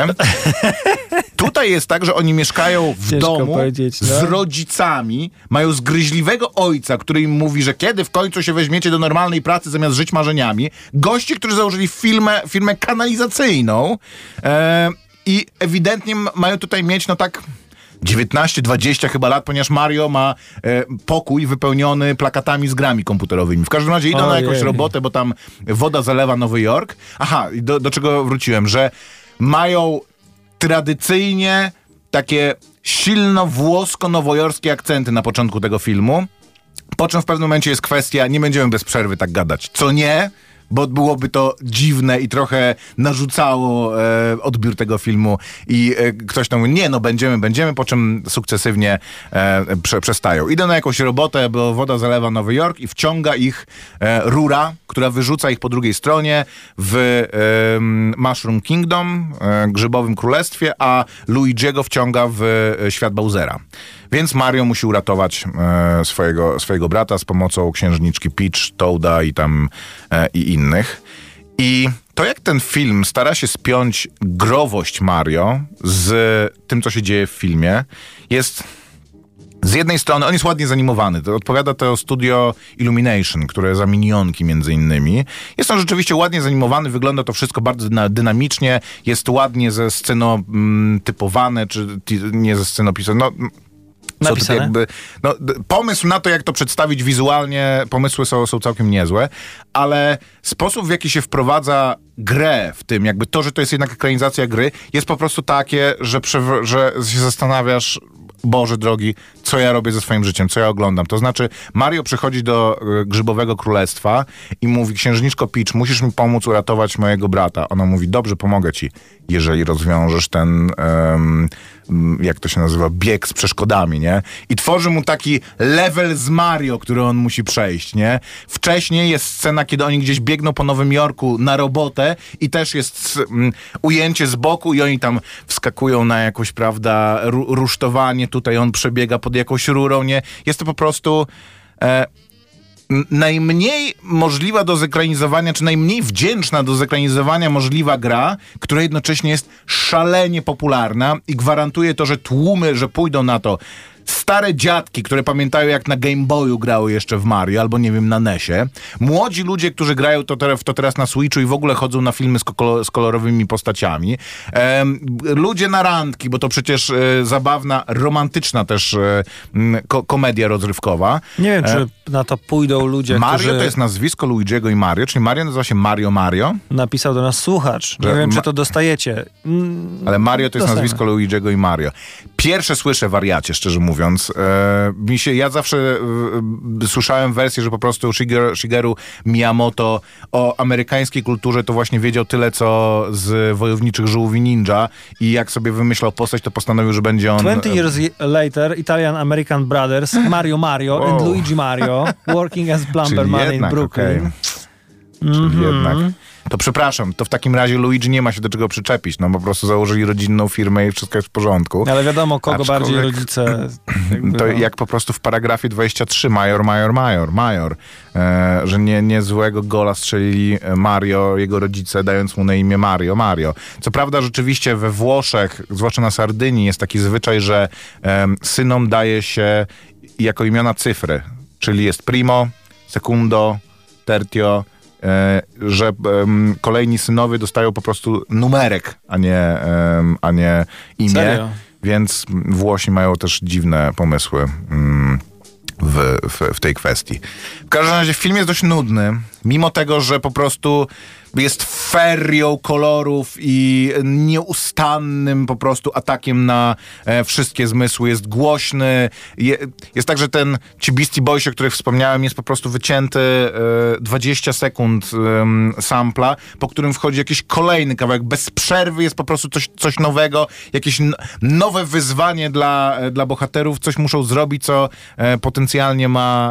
Tutaj jest tak, że oni mieszkają w Ciężko domu powiedzieć, no. z rodzicami, mają zgryźliwego ojca, który im mówi, że kiedy w końcu się weźmiecie do normalnej pracy zamiast żyć marzeniami. Gości, którzy założyli firmę, firmę kanalizacyjną e, i ewidentnie m- mają tutaj mieć, no tak... dziewiętnaście dwadzieścia chyba lat, ponieważ Mario ma e, pokój wypełniony plakatami z grami komputerowymi. W każdym razie idą na Ojej. jakąś robotę, bo tam woda zalewa Nowy Jork. Aha, i do, do czego wróciłem, że mają tradycyjnie takie silno włosko-nowojorskie akcenty na początku tego filmu. Po czym w pewnym momencie jest kwestia, nie będziemy bez przerwy tak gadać. Co nie? Bo byłoby to dziwne i trochę narzucało e, odbiór tego filmu i e, ktoś tam mówi, nie no będziemy, będziemy, po czym sukcesywnie e, prze, przestają. Idą na jakąś robotę, bo woda zalewa Nowy Jork i wciąga ich e, rura, która wyrzuca ich po drugiej stronie w e, Mushroom Kingdom, e, Grzybowym Królestwie, a Luigiego wciąga w e, świat Bowsera. Więc Mario musi uratować e, swojego, swojego brata z pomocą księżniczki Peach, Toada i tam e, i innych. I to, jak ten film stara się spiąć growość Mario z tym, co się dzieje w filmie, jest... Z jednej strony, on jest ładnie zanimowany, to odpowiada to studio Illumination, które za minionki między innymi. Jest on rzeczywiście ładnie zanimowany, wygląda to wszystko bardzo dyna- dynamicznie, jest ładnie ze scenotypowane, czy ti- nie ze scenopisane, no... Co Napisane? to jakby, no, d- pomysł na to, jak to przedstawić wizualnie, pomysły są, są całkiem niezłe, ale sposób, w jaki się wprowadza grę w tym, jakby to, że to jest jednak ekranizacja gry, jest po prostu takie, że, przew- że się zastanawiasz, Boże drogi, co ja robię ze swoim życiem, co ja oglądam. To znaczy, Mario przychodzi do y, Grzybowego Królestwa i mówi, księżniczko Peach, musisz mi pomóc uratować mojego brata. Ona mówi, dobrze, pomogę ci, jeżeli rozwiążesz ten, em, m, jak to się nazywa, bieg z przeszkodami, nie? I tworzy mu taki level z Mario, który on musi przejść, nie? Wcześniej jest scena, kiedy oni gdzieś biegną po Nowym Jorku na robotę i też jest mm, ujęcie z boku i oni tam wskakują na jakąś, prawda, ru- rusztowanie, tutaj on przebiega pod jakąś rurą, nie? Jest to po prostu... E, n- najmniej możliwa do zekranizowania, czy najmniej wdzięczna do zekranizowania możliwa gra, która jednocześnie jest szalenie popularna i gwarantuje to, że tłumy, że pójdą na to stare dziadki, które pamiętają, jak na Game Boyu grały jeszcze w Mario, albo nie wiem, na nesie. Młodzi ludzie, którzy grają to, te, w to teraz na Switchu i w ogóle chodzą na filmy z, koko- z kolorowymi postaciami. Em, ludzie na randki, bo to przecież e, zabawna, romantyczna też e, m, ko- komedia rozrywkowa. Nie wiem, E, czy na to pójdą ludzie, Mario którzy... to jest nazwisko Luigiego i Mario, czyli Mario nazywa się Mario Mario, Napisał do nas słuchacz. Nie Że wiem, ma- czy to dostajecie. Mm, ale Mario to jest dostajemy. nazwisko Luigiego i Mario. Pierwsze słyszę, wariacie, szczerze mówiąc. mówiąc. E, mi się, ja zawsze e, słyszałem wersję, że po prostu Shigeru, Shigeru Miyamoto o amerykańskiej kulturze to właśnie wiedział tyle, co z Wojowniczych Żółwi Ninja i jak sobie wymyślał postać, to postanowił, że będzie on... twenty years later, Italian American Brothers, Mario Mario wow. and Luigi Mario, working as plumber man in Brooklyn. Okay. Czyli mm-hmm. jednak. To przepraszam, to w takim razie Luigi nie ma się do czego przyczepić. No po prostu założyli rodzinną firmę i wszystko jest w porządku. Ale wiadomo, kogo Aczkolwiek, bardziej rodzice... To no. jak po prostu w paragrafie dwudziestym trzecim major, major, major, major. E, że nie, nie złego gola strzelili Mario, jego rodzice, dając mu na imię Mario, Mario. Co prawda rzeczywiście we Włoszech, zwłaszcza na Sardynii, jest taki zwyczaj, że e, synom daje się jako imiona cyfry. Czyli jest primo, secundo, tertio, że um, kolejni synowie dostają po prostu numerek, a nie, um, a nie imię. Serio? Więc Włosi mają też dziwne pomysły um, w, w, w tej kwestii. W każdym razie film jest dość nudny, mimo tego, że po prostu jest ferią kolorów i nieustannym po prostu atakiem na e, wszystkie zmysły. Jest głośny. Je, jest tak, że ten, ci Beastie Boys, o których wspomniałem, jest po prostu wycięty e, dwadzieścia sekund e, sampla, po którym wchodzi jakiś kolejny kawałek. Bez przerwy jest po prostu coś, coś nowego, jakieś n- nowe wyzwanie dla, e, dla bohaterów. Coś muszą zrobić, co e, potencjalnie ma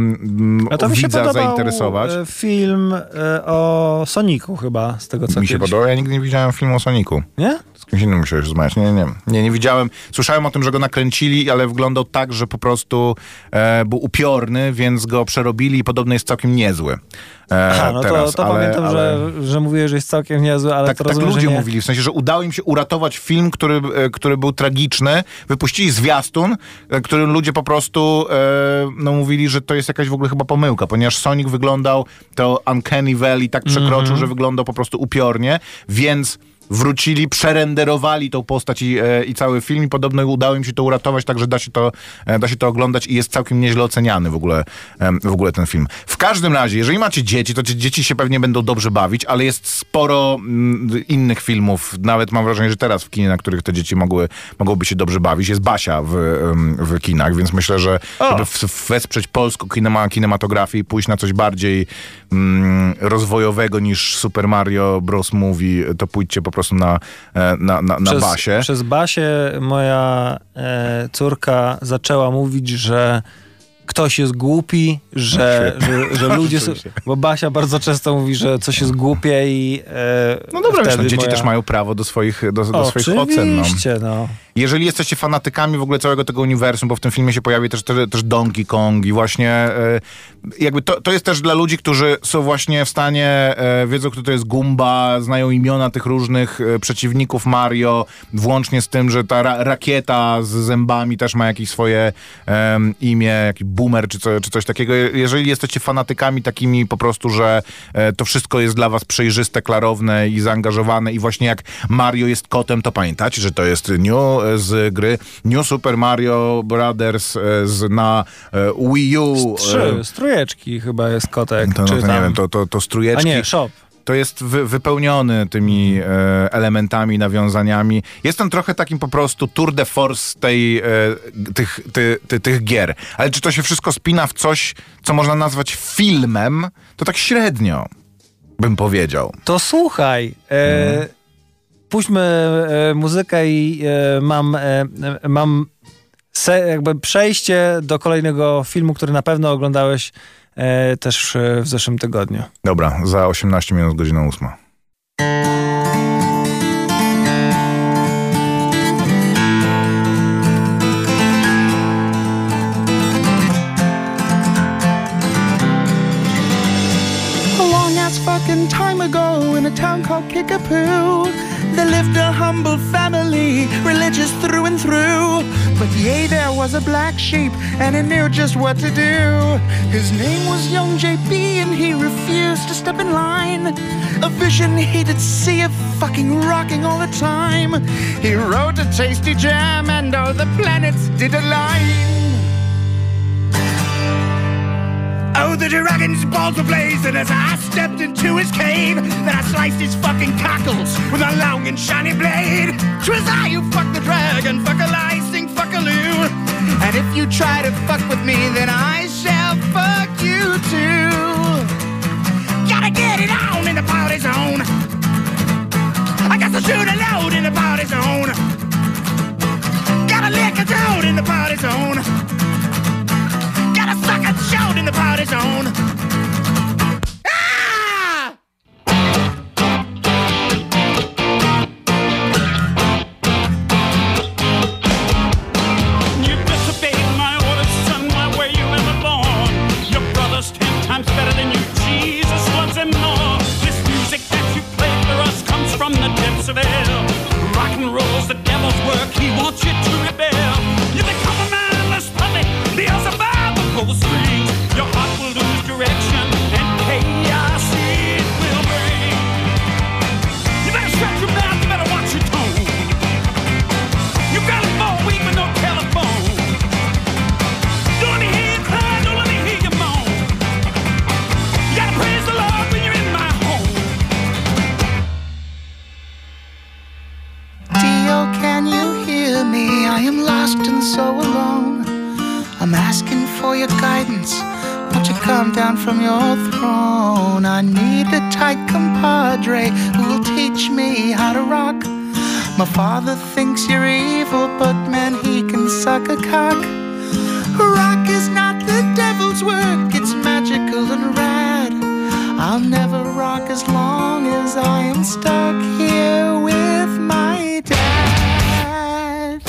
e, A to mi się widza podobał zainteresować. Film e, o Sonicu chyba, z tego co Mi się kiedyś. podoba, ja nigdy nie widziałem filmu o Sonicu. Nie? Z kimś innym musiałeś rozmawiać. Nie, nie, nie, nie widziałem. Słyszałem o tym, że go nakręcili, ale wyglądał tak, że po prostu e, był upiorny, więc go przerobili i podobno jest całkiem niezły. E, Aha, no teraz, to, to ale, pamiętam, ale... że, że mówiłeś, że jest całkiem niezły, ale Tak, to tak rozumiem, ludzie że nie. mówili, w sensie, że udało im się uratować film, który, e, który był tragiczny. Wypuścili zwiastun, e, którym ludzie po prostu e, no, mówili, że to jest jakaś w ogóle chyba pomyłka, ponieważ Sonic wyglądał, to Uncanny Valley tak przekroczył, mm-hmm. że wyglądał po prostu upiornie, więc wrócili, przerenderowali tą postać i, e, i cały film i podobno udało im się to uratować, także da się to, e, da się to oglądać i jest całkiem nieźle oceniany w ogóle, e, w ogóle ten film. W każdym razie, jeżeli macie dzieci, to dzieci się pewnie będą dobrze bawić, ale jest sporo m, innych filmów, nawet mam wrażenie, że teraz w kinie, na których te dzieci mogły, mogłyby się dobrze bawić. Jest Basia w, w kinach, więc myślę, że O. żeby w, wesprzeć polską kinema, kinematografię i pójść na coś bardziej mm, rozwojowego niż Super Mario Bros. Movie, to pójdźcie po prostu na, na, na, na przez, Basię. Przez Basię moja e, córka zaczęła mówić, że ktoś jest głupi, że, No, że, że ludzie są... Bo Basia bardzo często mówi, że coś jest głupie i e, No dobra, wiesz, no, dzieci moja... też mają prawo do swoich, do, do swoich ocen. Oczywiście, no. no. Jeżeli jesteście fanatykami w ogóle całego tego uniwersum, bo w tym filmie się pojawi też, też, też Donkey Kong i właśnie e, jakby to, to jest też dla ludzi, którzy są właśnie w stanie, e, wiedzą, kto to jest Goomba, znają imiona tych różnych e, przeciwników Mario, włącznie z tym, że ta ra- rakieta z zębami też ma jakieś swoje e, imię, jakiś boomer czy, co, czy coś takiego. Jeżeli jesteście fanatykami takimi po prostu, że e, to wszystko jest dla was przejrzyste, klarowne i zaangażowane i właśnie jak Mario jest kotem, to pamiętacie, że to jest New z gry New Super Mario Brothers z, na e, Wii U. Trzy, strujeczki chyba jest kotek. To, no, czy to tam... nie wiem, to, to, to strujeczki. A nie, shop. To jest wy, wypełniony tymi e, elementami, nawiązaniami. Jest on trochę takim po prostu tour de force tej, e, tych, ty, ty, tych gier. Ale czy to się wszystko spina w coś, co można nazwać filmem, to tak średnio, bym powiedział. To słuchaj, e, hmm. puśćmy e, muzykę i e, mam, e, mam se, jakby przejście do kolejnego filmu, który na pewno oglądałeś e, też w zeszłym tygodniu. Dobra, za osiemnaście minut, godzina ósma. Time ago in a town called Kickapoo, there lived a humble family, religious through and through. But yea, there was a black sheep, and he knew just what to do. His name was young J P, and he refused to step in line. A vision he did see of fucking rocking all the time. He wrote a tasty jam, and all the planets did align. Oh, the dragon's balls were blazing as I stepped into his cave. Then I sliced his fucking cockles with a long and shiny blade. 'Twas I who fucked the dragon, fuck-a-licing, fuck-a-loo. And if you try to fuck with me, then I shall fuck you too. Gotta get it on in the party zone. I got to shoot a load in the party zone. Gotta lick a toad in the party zone. Gotta suck a chode in the party zone. Better than you, Jesus loves him more. This music that you play for us comes from the depths of hell. Rock and roll's the devil's work, he wants you to rebel. You become a mindless puppet, Beelzebub will pull the strings. Your heart will lose direction and chaos it will bring. You better stretch your mouth, you better watch your tone. You got a phone weak with no telephone. Don't let me hear you cry, don't let me hear you moan. Praise the Lord when you're in my home. Dio, can you hear me? I am lost and so alone. I'm asking for your guidance. Won't you come down from your throne? I need a tight compadre who will teach me how to rock. My father thinks you're evil, but man, he can suck a cock. Rock is not the devil's work, it's magical and rad. I'll never rock as long as I am stuck here with my dad.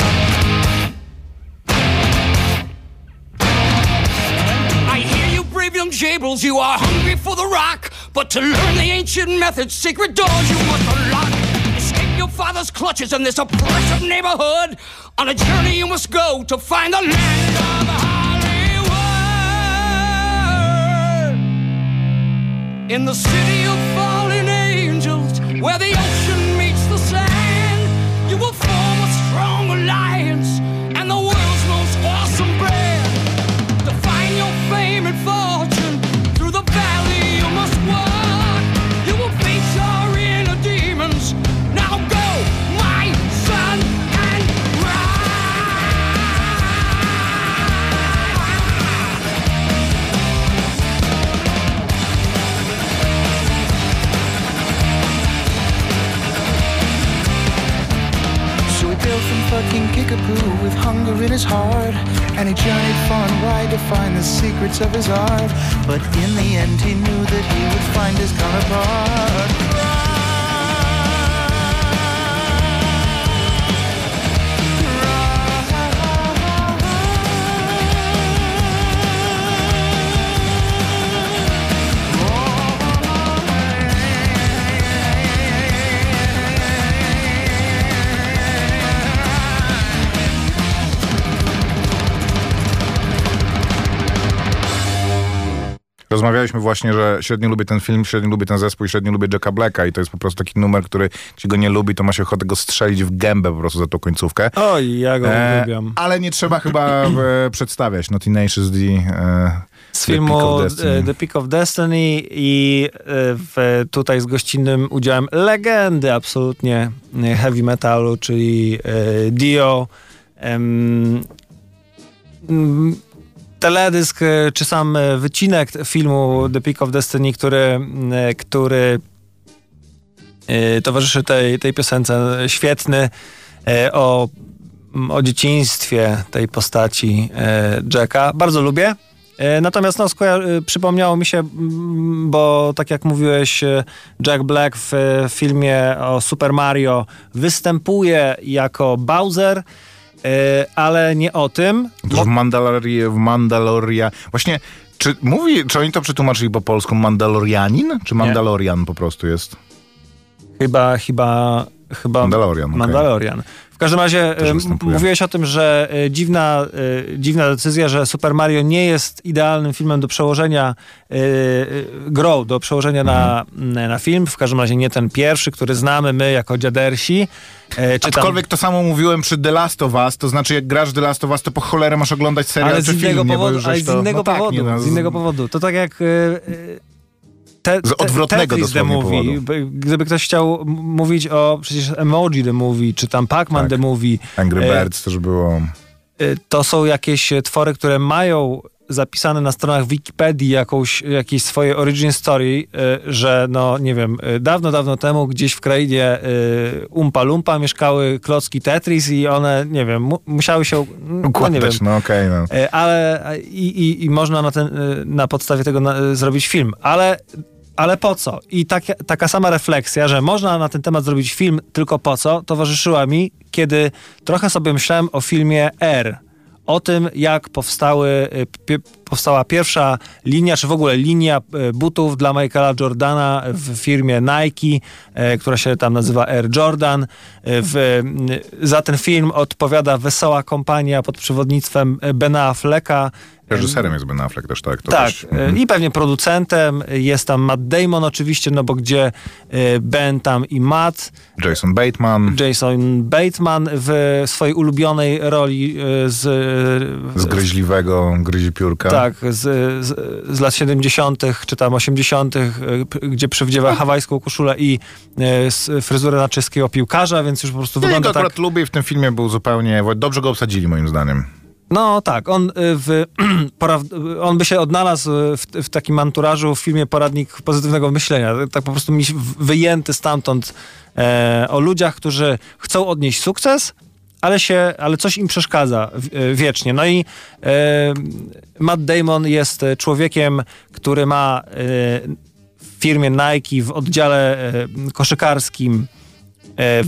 I hear you, brave young jabrils, you are hungry for the rock. But to learn the ancient methods, secret doors you must unlock. Escape your father's clutches in this oppressive neighborhood. On a journey you must go to find the land of Hollywood. In the city of fallen angels, where the ocean meets the sand, you will form a strong alliance and the world's most awesome brand. To find your fame and fortune, through the valley you must walk. You will face your inner demons. Now go, my son, and From fucking Kickapoo with hunger in his heart, and he journeyed far and wide to find the secrets of his art. But in the end he knew that he would find his counterpart. Rozmawialiśmy właśnie, że średnio lubię ten film, średnio lubię ten zespół i średnio lubię Jacka Blacka i to jest po prostu taki numer, który ci go nie lubi, to ma się ochotę go strzelić w gębę po prostu za tą końcówkę. Oj, ja go e, uwielbiam. Ale nie trzeba chyba e, przedstawiać. No Tenacious D. E, z filmu The Peak of Destiny i w, tutaj z gościnnym udziałem legendy absolutnie heavy metalu, czyli Dio. Um, teledysk, czy sam wycinek filmu The Peak of Destiny, który, który towarzyszy tej, tej piosence, świetny, o, o dzieciństwie tej postaci Jacka. Bardzo lubię. Natomiast no, skojar- przypomniało mi się, bo tak jak mówiłeś, Jack Black w filmie o Super Mario występuje jako Bowser, ale nie o tym. W Mandaloria, w Mandaloria. Właśnie, czy mówi, czy oni to przetłumaczyli po polsku Mandalorianin, czy Mandalorian nie. po prostu jest? Chyba, chyba, chyba Mandalorian. Mandalorian. Okay. W każdym razie mówiłeś o tym, że y, dziwna, y, dziwna decyzja, że Super Mario nie jest idealnym filmem do przełożenia, y, y, grą do przełożenia mhm. na, na film. W każdym razie nie ten pierwszy, który znamy my jako dziadersi. Y, Aczkolwiek tam... to samo mówiłem przy The Last of Us, to znaczy jak grasz The Last of Us, to po cholerę masz oglądać serial ale czy z innego film. Powodu, nie, bo ale z innego no powodu. Tak, nie, no, z... z innego powodu. To tak jak... Y, y, Te, te, z odwrotnego Tetris The Movie. Powodu. Gdyby ktoś chciał mówić o przecież Emoji The Movie, czy tam Pac-Man tak. The Movie. Angry Birds e, też było. y, to są jakieś twory, które mają zapisane na stronach Wikipedii jakąś, jakieś swoje origin story, y, że no nie wiem, y, dawno, dawno temu gdzieś w krainie y, Umpa Lumpa mieszkały klocki Tetris i one, nie wiem, mu, musiały się no, nie wiem, no okej, okay, no. y, ale i, i, i można na, ten, y, na podstawie tego na, y, zrobić film, ale ale po co? I tak, taka sama refleksja, że można na ten temat zrobić film, tylko po co, towarzyszyła mi, kiedy trochę sobie myślałem o filmie R. O tym, jak powstały, pie, powstała pierwsza linia, czy w ogóle linia butów dla Michaela Jordana w firmie Nike, e, która się tam nazywa Air Jordan. W, za ten film odpowiada wesoła kompania pod przewodnictwem Bena Afflecka. Reżyserem jest Ben Affleck też, tak? To tak, też, mhm. i pewnie producentem. Jest tam Matt Damon oczywiście, no bo gdzie Ben tam i Matt. Jason Bateman. Jason Bateman w swojej ulubionej roli z... Z gryźliwego gryzi piórka. Tak, z, z, z lat siedemdziesiątych czy tam osiemdziesiątych, gdzie przywdziewa hawajską koszulę i fryzurę na czeskiego piłkarza, więc już po prostu ja wygląda go tak... akurat lubię i w tym filmie był zupełnie... Dobrze go obsadzili moim zdaniem. No tak, on, w, on by się odnalazł w, w takim anturażu w filmie Poradnik Pozytywnego Myślenia. Tak po prostu mi wyjęty stamtąd e, o ludziach, którzy chcą odnieść sukces, ale, się, ale coś im przeszkadza wiecznie. No i e, Matt Damon jest człowiekiem, który ma e, w firmie Nike w oddziale e, koszykarskim e,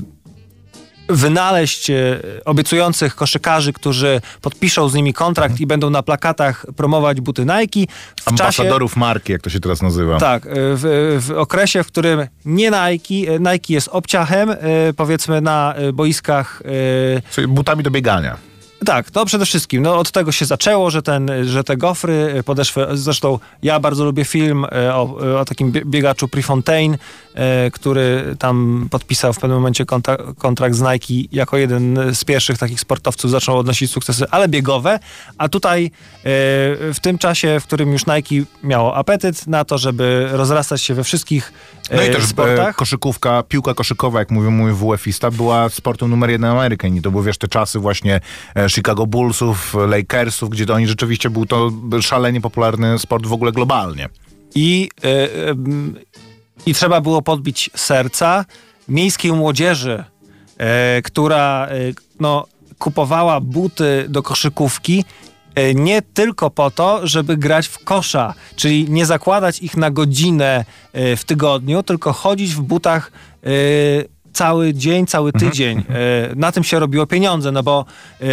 wynaleźć obiecujących koszykarzy, którzy podpiszą z nimi kontrakt i będą na plakatach promować buty Nike. W Ambasadorów czasie, marki, jak to się teraz nazywa. Tak, w, w okresie, w którym nie Nike, Nike jest obciachem, powiedzmy na boiskach... Czyli butami do biegania. Tak, no przede wszystkim, no od tego się zaczęło, że, ten, że te gofry podeszły, zresztą ja bardzo lubię film o, o takim biegaczu Prefontaine, który tam podpisał w pewnym momencie kontra- kontrakt z Nike jako jeden z pierwszych takich sportowców, zaczął odnosić sukcesy, ale biegowe, a tutaj w tym czasie, w którym już Nike miało apetyt na to, żeby rozrastać się we wszystkich no i też sportach. Koszykówka, piłka koszykowa, jak mówił mój W F ista, była sportem numer jeden Amerykan i to były, wiesz, te czasy właśnie Chicago Bullsów, Lakersów, gdzie to oni rzeczywiście był to szalenie popularny sport w ogóle globalnie. I, yy, yy, i trzeba było podbić serca miejskiej młodzieży, yy, która yy, no, kupowała buty do koszykówki yy, nie tylko po to, żeby grać w kosza, czyli nie zakładać ich na godzinę yy, w tygodniu, tylko chodzić w butach yy, cały dzień, cały tydzień. Mhm. Yy, na tym się robiło pieniądze, no bo yy,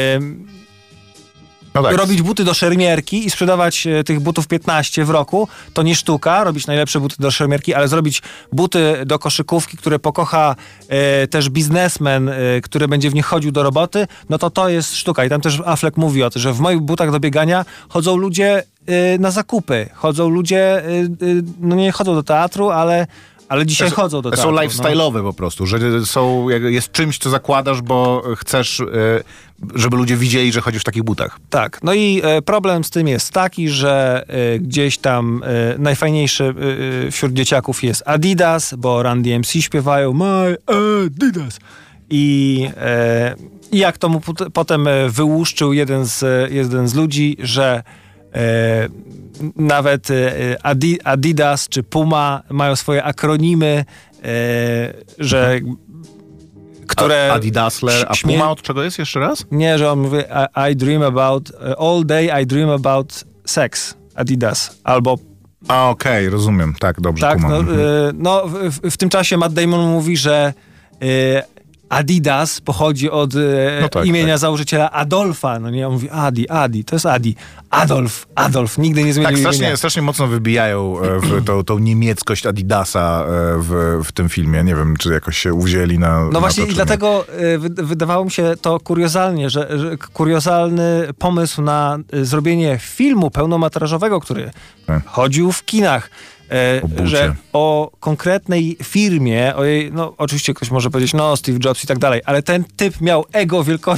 No tak. Robić buty do szermierki i sprzedawać e, tych butów piętnaście w roku, to nie sztuka, robić najlepsze buty do szermierki, ale zrobić buty do koszykówki, które pokocha e, też biznesmen, e, który będzie w nich chodził do roboty, no to to jest sztuka. I tam też Affleck mówi o tym, że w moich butach do biegania chodzą ludzie e, na zakupy, chodzą ludzie, e, e, no nie chodzą do teatru, ale Ale dzisiaj chodzą do teatru. Są lifestyle'owe no. po prostu, że są, jest czymś, co zakładasz, bo chcesz, żeby ludzie widzieli, że chodzisz w takich butach. Tak. No i problem z tym jest taki, że gdzieś tam najfajniejszy wśród dzieciaków jest Adidas, bo Run D M C śpiewają My Adidas. I, i jak to mu potem wyłuszczył jeden z, jeden z ludzi, że E, nawet e, Adi, Adidas czy Puma mają swoje akronimy, e, że mhm. które... Adidasler, a śmie- Puma od czego jest jeszcze raz? Nie, że on mówi I, I dream about, all day I dream about sex, Adidas, albo... A okej, okay, rozumiem, tak, dobrze, tak, Puma. No, mhm. e, no w, w tym czasie Matt Damon mówi, że e, Adidas pochodzi od e, no tak, imienia tak. założyciela Adolfa. No nie, on mówi Adi, Adi, to jest Adi. Adolf, Adolf, nigdy nie zmienił tak, imienia. strasznie, strasznie mocno wybijają w tą, tą niemieckość Adidasa w, w tym filmie. Nie wiem, czy jakoś się uwzięli na No na właśnie to, i dlatego wy, wydawało mi się to kuriozalnie, że, że kuriozalny pomysł na zrobienie filmu pełnometrażowego, który tak. chodził w kinach, E, że o konkretnej firmie, o jej, no oczywiście ktoś może powiedzieć, no Steve Jobs i tak dalej, ale ten typ miał ego wielkości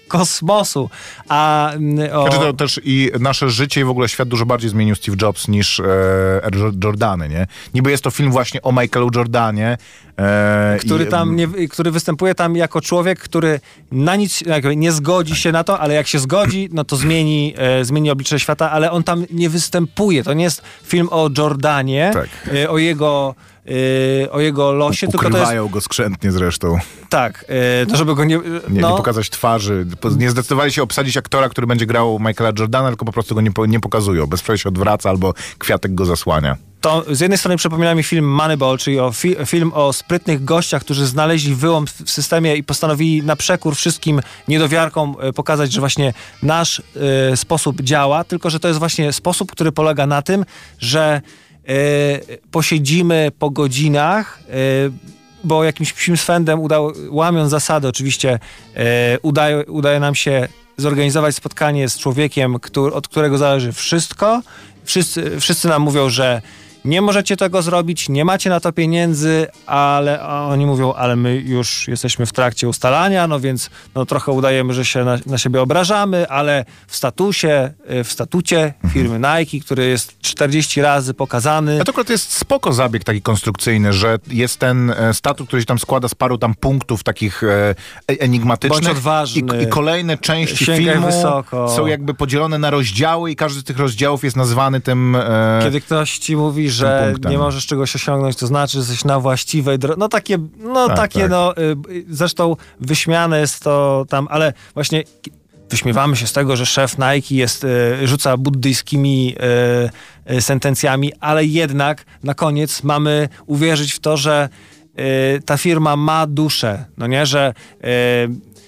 kosmosu. A o... Znaczy to też i nasze życie i w ogóle świat dużo bardziej zmienił Steve Jobs niż e, Air Jordany, nie? Niby jest to film właśnie o Michaelu Jordanie. E, który i, tam, nie, który występuje tam jako człowiek, który na nic jakby nie zgodzi się na to, ale jak się zgodzi, no to zmieni, e, zmieni oblicze świata, ale on tam nie występuje. To nie jest film o Jordanie, Tak. e, o jego e, o jego losie, tylko to jest... Ukrywają go skrzętnie zresztą. Tak, e, to żeby go nie... Nie, no, nie pokazać twarzy. Po- Nie zdecydowali się obsadzić aktora, który będzie grał Michaela Jordana, tylko po prostu go nie, po, nie pokazują. Bez przejścia się odwraca albo kwiatek go zasłania. to z jednej strony przypomina mi film Moneyball, czyli o fi- film o sprytnych gościach, którzy znaleźli wyłom w systemie i postanowili na przekór wszystkim niedowiarkom e, pokazać, że właśnie nasz e, sposób działa, tylko że to jest właśnie sposób, który polega na tym, że e, posiedzimy po godzinach, e, bo jakimś psim swędem udało, łamiąc zasady oczywiście, e, udaje, udaje nam się zorganizować spotkanie z człowiekiem, który, od którego zależy wszystko. Wszyscy, wszyscy nam mówią, że nie możecie tego zrobić, nie macie na to pieniędzy, ale a oni mówią, ale my już jesteśmy w trakcie ustalania, no więc no, trochę udajemy, że się na, na siebie obrażamy, ale w statusie, w statucie firmy Nike, który jest czterdzieści razy pokazany. A to akurat jest spoko zabieg taki konstrukcyjny, że jest ten e, statut, który się tam składa z paru tam punktów takich e, enigmatycznych. Bądź odważny. I, I kolejne części Sięgaj filmu wysoko. są jakby podzielone na rozdziały i każdy z tych rozdziałów jest nazwany tym... E, Kiedy ktoś ci mówi, że punktem. nie możesz czegoś osiągnąć, to znaczy, że jesteś na właściwej drodze. No takie, no Tak, takie, tak. no y, y, zresztą wyśmiane jest to tam, ale właśnie wyśmiewamy się z tego, że szef Nike jest, y, rzuca buddyjskimi y, y, sentencjami, ale jednak na koniec mamy uwierzyć w to, że y, ta firma ma duszę, no nie, że y,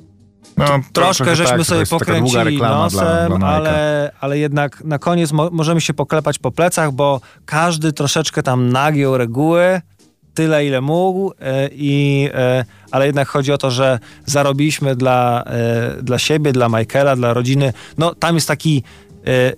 no, troszkę żeśmy tak, to sobie jest taka długa pokręcili reklama nosem, dla, dla Nike'a. ale... ale, ale jednak na koniec mo- możemy się poklepać po plecach, bo każdy troszeczkę tam nagiął reguły, tyle ile mógł, e, i, e, ale jednak chodzi o to, że zarobiliśmy dla, e, dla siebie, dla Michaela, dla rodziny. No tam jest taki... E,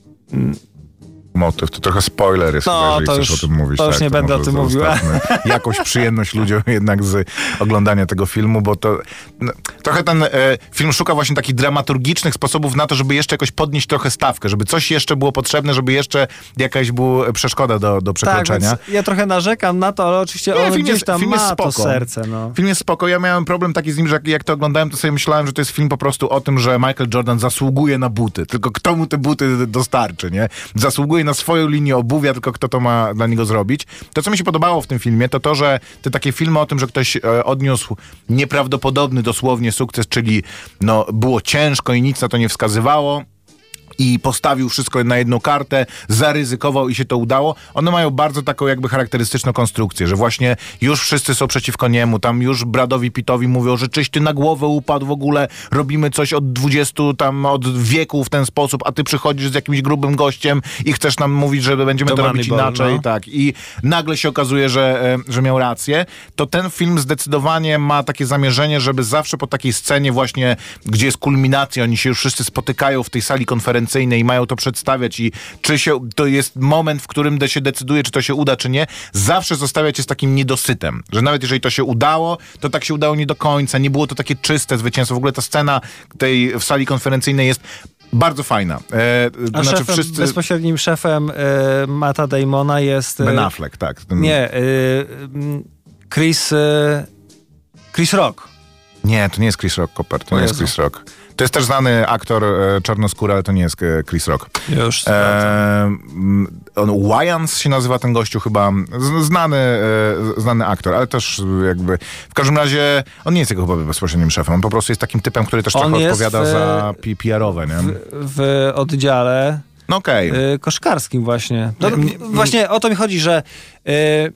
motyw. To trochę spoiler jest, No, chyba, jeżeli to chcesz już- o tym mówić. to już tak, nie będę o może tym mówił. zostawmy jakąś przyjemność ludziom jednak z oglądania tego filmu, bo to no, trochę ten e, film szuka właśnie takich dramaturgicznych sposobów na to, żeby jeszcze jakoś podnieść trochę stawkę, żeby coś jeszcze było potrzebne, żeby jeszcze jakaś była przeszkoda do, do tak, przekroczenia. więc ja trochę narzekam na to, ale oczywiście Nie, on film gdzieś jest- tam film jest ma to spoko. serce. No. Film jest spoko. Ja miałem problem taki z nim, że jak, jak to oglądałem, to sobie myślałem, że to jest film po prostu o tym, że Michael Jordan zasługuje na buty. Tylko kto mu te buty dostarczy, nie? Zasługuje na swoją linię obuwia, tylko kto to ma dla niego zrobić. To, co mi się podobało w tym filmie, to to, że te takie filmy o tym, że ktoś e, odniósł nieprawdopodobny dosłownie sukces, czyli no, było ciężko i nic na to nie wskazywało, i postawił wszystko na jedną kartę, zaryzykował i się to udało. One mają bardzo taką jakby charakterystyczną konstrukcję, że właśnie już wszyscy są przeciwko niemu, tam już Bradowi Pittowi mówią, że czyś ty na głowę upadł w ogóle, robimy coś od dwudziestu tam, od wieku w ten sposób, a ty przychodzisz z jakimś grubym gościem i chcesz nam mówić, że będziemy To to robić Moneyball, inaczej, no. tak. I nagle się okazuje, że, e, że miał rację. To ten film zdecydowanie ma takie zamierzenie, żeby zawsze po takiej scenie właśnie, gdzie jest kulminacja, oni się już wszyscy spotykają w tej sali konferencyjnej i mają to przedstawiać i czy się, to jest moment, w którym de- się decyduje, czy to się uda, czy nie, zawsze zostawiać się z takim niedosytem, że nawet jeżeli to się udało, to tak się udało nie do końca, nie było to takie czyste zwycięstwo. W ogóle ta scena tej w sali konferencyjnej jest bardzo fajna. E, A znaczy szefem, wszyscy... bezpośrednim szefem e, Matta Damona jest... e, Ben Affleck, tak. Ten... Nie, y, y, Chris, y, Chris Rock. Nie, to nie jest Chris Rock, Cooper, to O nie jest Jezu. Chris Rock. To jest też znany aktor e, czarnoskóry, ale to nie jest e, Chris Rock. Już E, mm, on Wayans się nazywa ten gościu chyba, z, znany, e, znany aktor, ale też jakby, w każdym razie on nie jest jego chyba bezpośrednim szefem, on po prostu jest takim typem, który też On trochę jest odpowiada w- za P- P R-owe, nie? w, w oddziale No okej. y, koszkarskim właśnie. No, Nie, nie, właśnie o to mi chodzi, że y,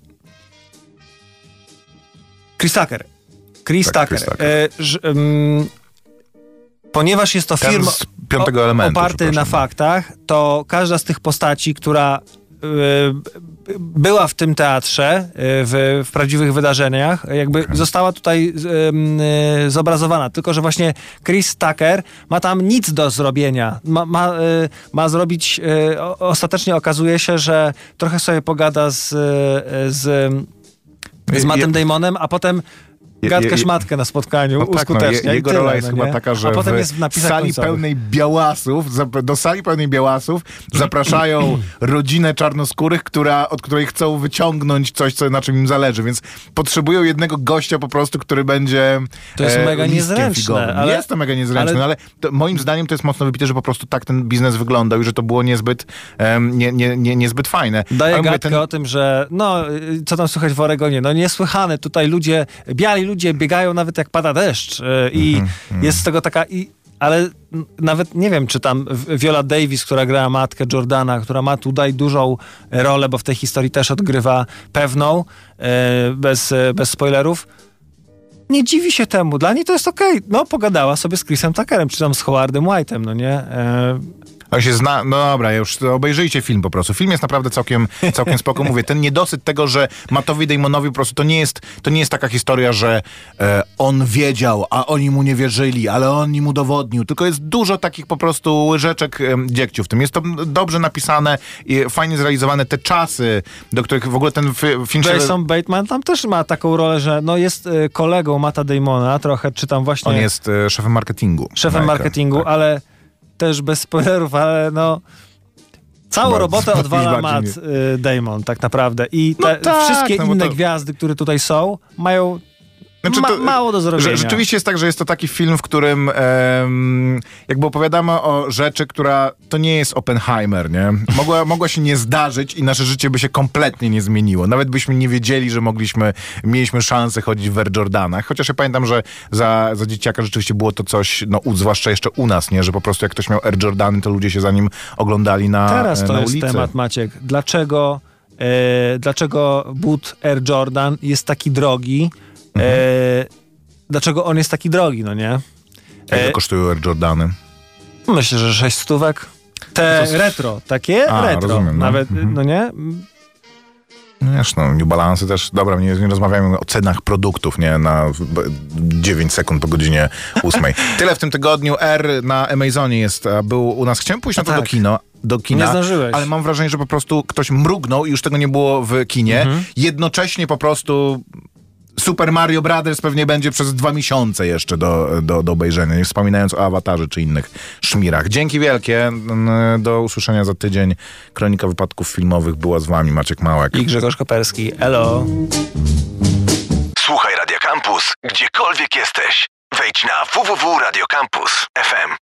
Chris Tucker. Chris Tak, Tucker. Chris Tucker. Y, że, ym, ponieważ jest to Ten film z piątego elementu, oparty na przepraszam. faktach, to każda z tych postaci, która y, była w tym teatrze, y, w, w prawdziwych wydarzeniach, jakby została tutaj y, y, zobrazowana. Tylko że właśnie Chris Tucker ma tam nic do zrobienia. Ma, ma, y, ma zrobić... Y, o, ostatecznie okazuje się, że trochę sobie pogada z, y, z, z Mattem Damonem, a potem gadkę szmatkę na spotkaniu, No tak, no, uskutecznia je, i jego tyle, rola jest no chyba nie? taka, że A potem w jest w napisach sali końcowych. pełnej białasów, zap- do sali pełnej białasów zapraszają rodzinę czarnoskórych, która, od której chcą wyciągnąć coś, co, na czym im zależy, więc potrzebują jednego gościa po prostu, który będzie To jest mega listkiem niezręczne, figowym. ale- Jest to mega niezręczne, ale- no ale to, moim zdaniem to jest mocno wybite, że po prostu tak ten biznes wyglądał i że to było niezbyt, um, nie, nie, nie, niezbyt fajne. Daje Ale mówię, gadkę ten- o tym, że no, y, co tam słychać w Oregonie, no niesłychane, tutaj ludzie, biali ludzie biegają nawet jak pada deszcz y, i Mhm, jest z tego taka, i, ale n- nawet nie wiem, czy tam W- Viola Davis, która grała matkę Jordana, która ma tutaj dużą rolę, bo w tej historii też odgrywa pewną, y, bez, y, bez spoilerów, nie dziwi się temu, dla niej to jest okej, no pogadała sobie z Chrisem Tuckerem, czy tam z Howardem White'em, no nie? E, On się zna, no dobra, już obejrzyjcie film po prostu. Film jest naprawdę całkiem, całkiem spoko. Mówię, ten niedosyt tego, że Mattowi Damonowi po prostu to nie jest, to nie jest taka historia, że e, on wiedział, a oni mu nie wierzyli, ale on im udowodnił. Tylko jest dużo takich po prostu łyżeczek e, dziegciu w tym. Jest to dobrze napisane i fajnie zrealizowane. Te czasy, do których w ogóle ten fi- film się... Jason Bateman tam też ma taką rolę, że no jest y, kolegą Matta Damona, trochę, czy tam właśnie... On jest e, szefem marketingu. szefem Nike'a. marketingu, Tak. ale też bez spoilerów, ale no całą Chyba robotę już odwala bardziej Matt y, Damon tak naprawdę i No te tak, wszystkie no bo inne to- gwiazdy, które tutaj są, mają Znaczy ma, to- mało do zrobienia. Że, rzeczywiście jest tak, że jest to taki film, w którym em, jakby opowiadamy o rzeczy, która to nie jest Oppenheimer, nie? Mogła, mogła się nie zdarzyć i nasze życie by się kompletnie nie zmieniło. Nawet byśmy nie wiedzieli, że mogliśmy, mieliśmy szansę chodzić w Air Jordanach. Chociaż ja pamiętam, że za, za dzieciaka rzeczywiście było to coś, no u, zwłaszcza jeszcze u nas, nie? Że po prostu jak ktoś miał Air Jordany, to ludzie się za nim oglądali na, Teraz to na jest ulicy. temat, Maciek. Dlaczego, e, dlaczego but Air Jordan jest taki drogi? E, dlaczego on jest taki drogi, no nie? Jak E, to kosztują Air Jordany? Myślę, że sześć stówek. Te To jest- retro, takie A, retro. rozumiem, no. Nawet, Mhm. no nie? No wiesz, no, New Balance też, dobra, nie, nie rozmawiamy o cenach produktów, nie, na b- dziewięć sekund po godzinie ósmej. Tyle w tym tygodniu. R na Amazonie jest, a był u nas, chciałem pójść na A to tak. do kino, do kina, Nie zdążyłeś. ale mam wrażenie, że po prostu ktoś mrugnął i już tego nie było w kinie. Mhm. Jednocześnie po prostu Super Mario Brothers pewnie będzie przez dwa miesiące jeszcze do, do, do obejrzenia, nie wspominając o Awatarze czy innych szmirach. Dzięki wielkie, n- do usłyszenia za tydzień. Kronika wypadków filmowych była z wami Maciek Małek. I Grzegorz Koperski. Elo. Słuchaj Radio Campus, gdziekolwiek jesteś. Wejdź na w w w kropka radio campus kropka f m.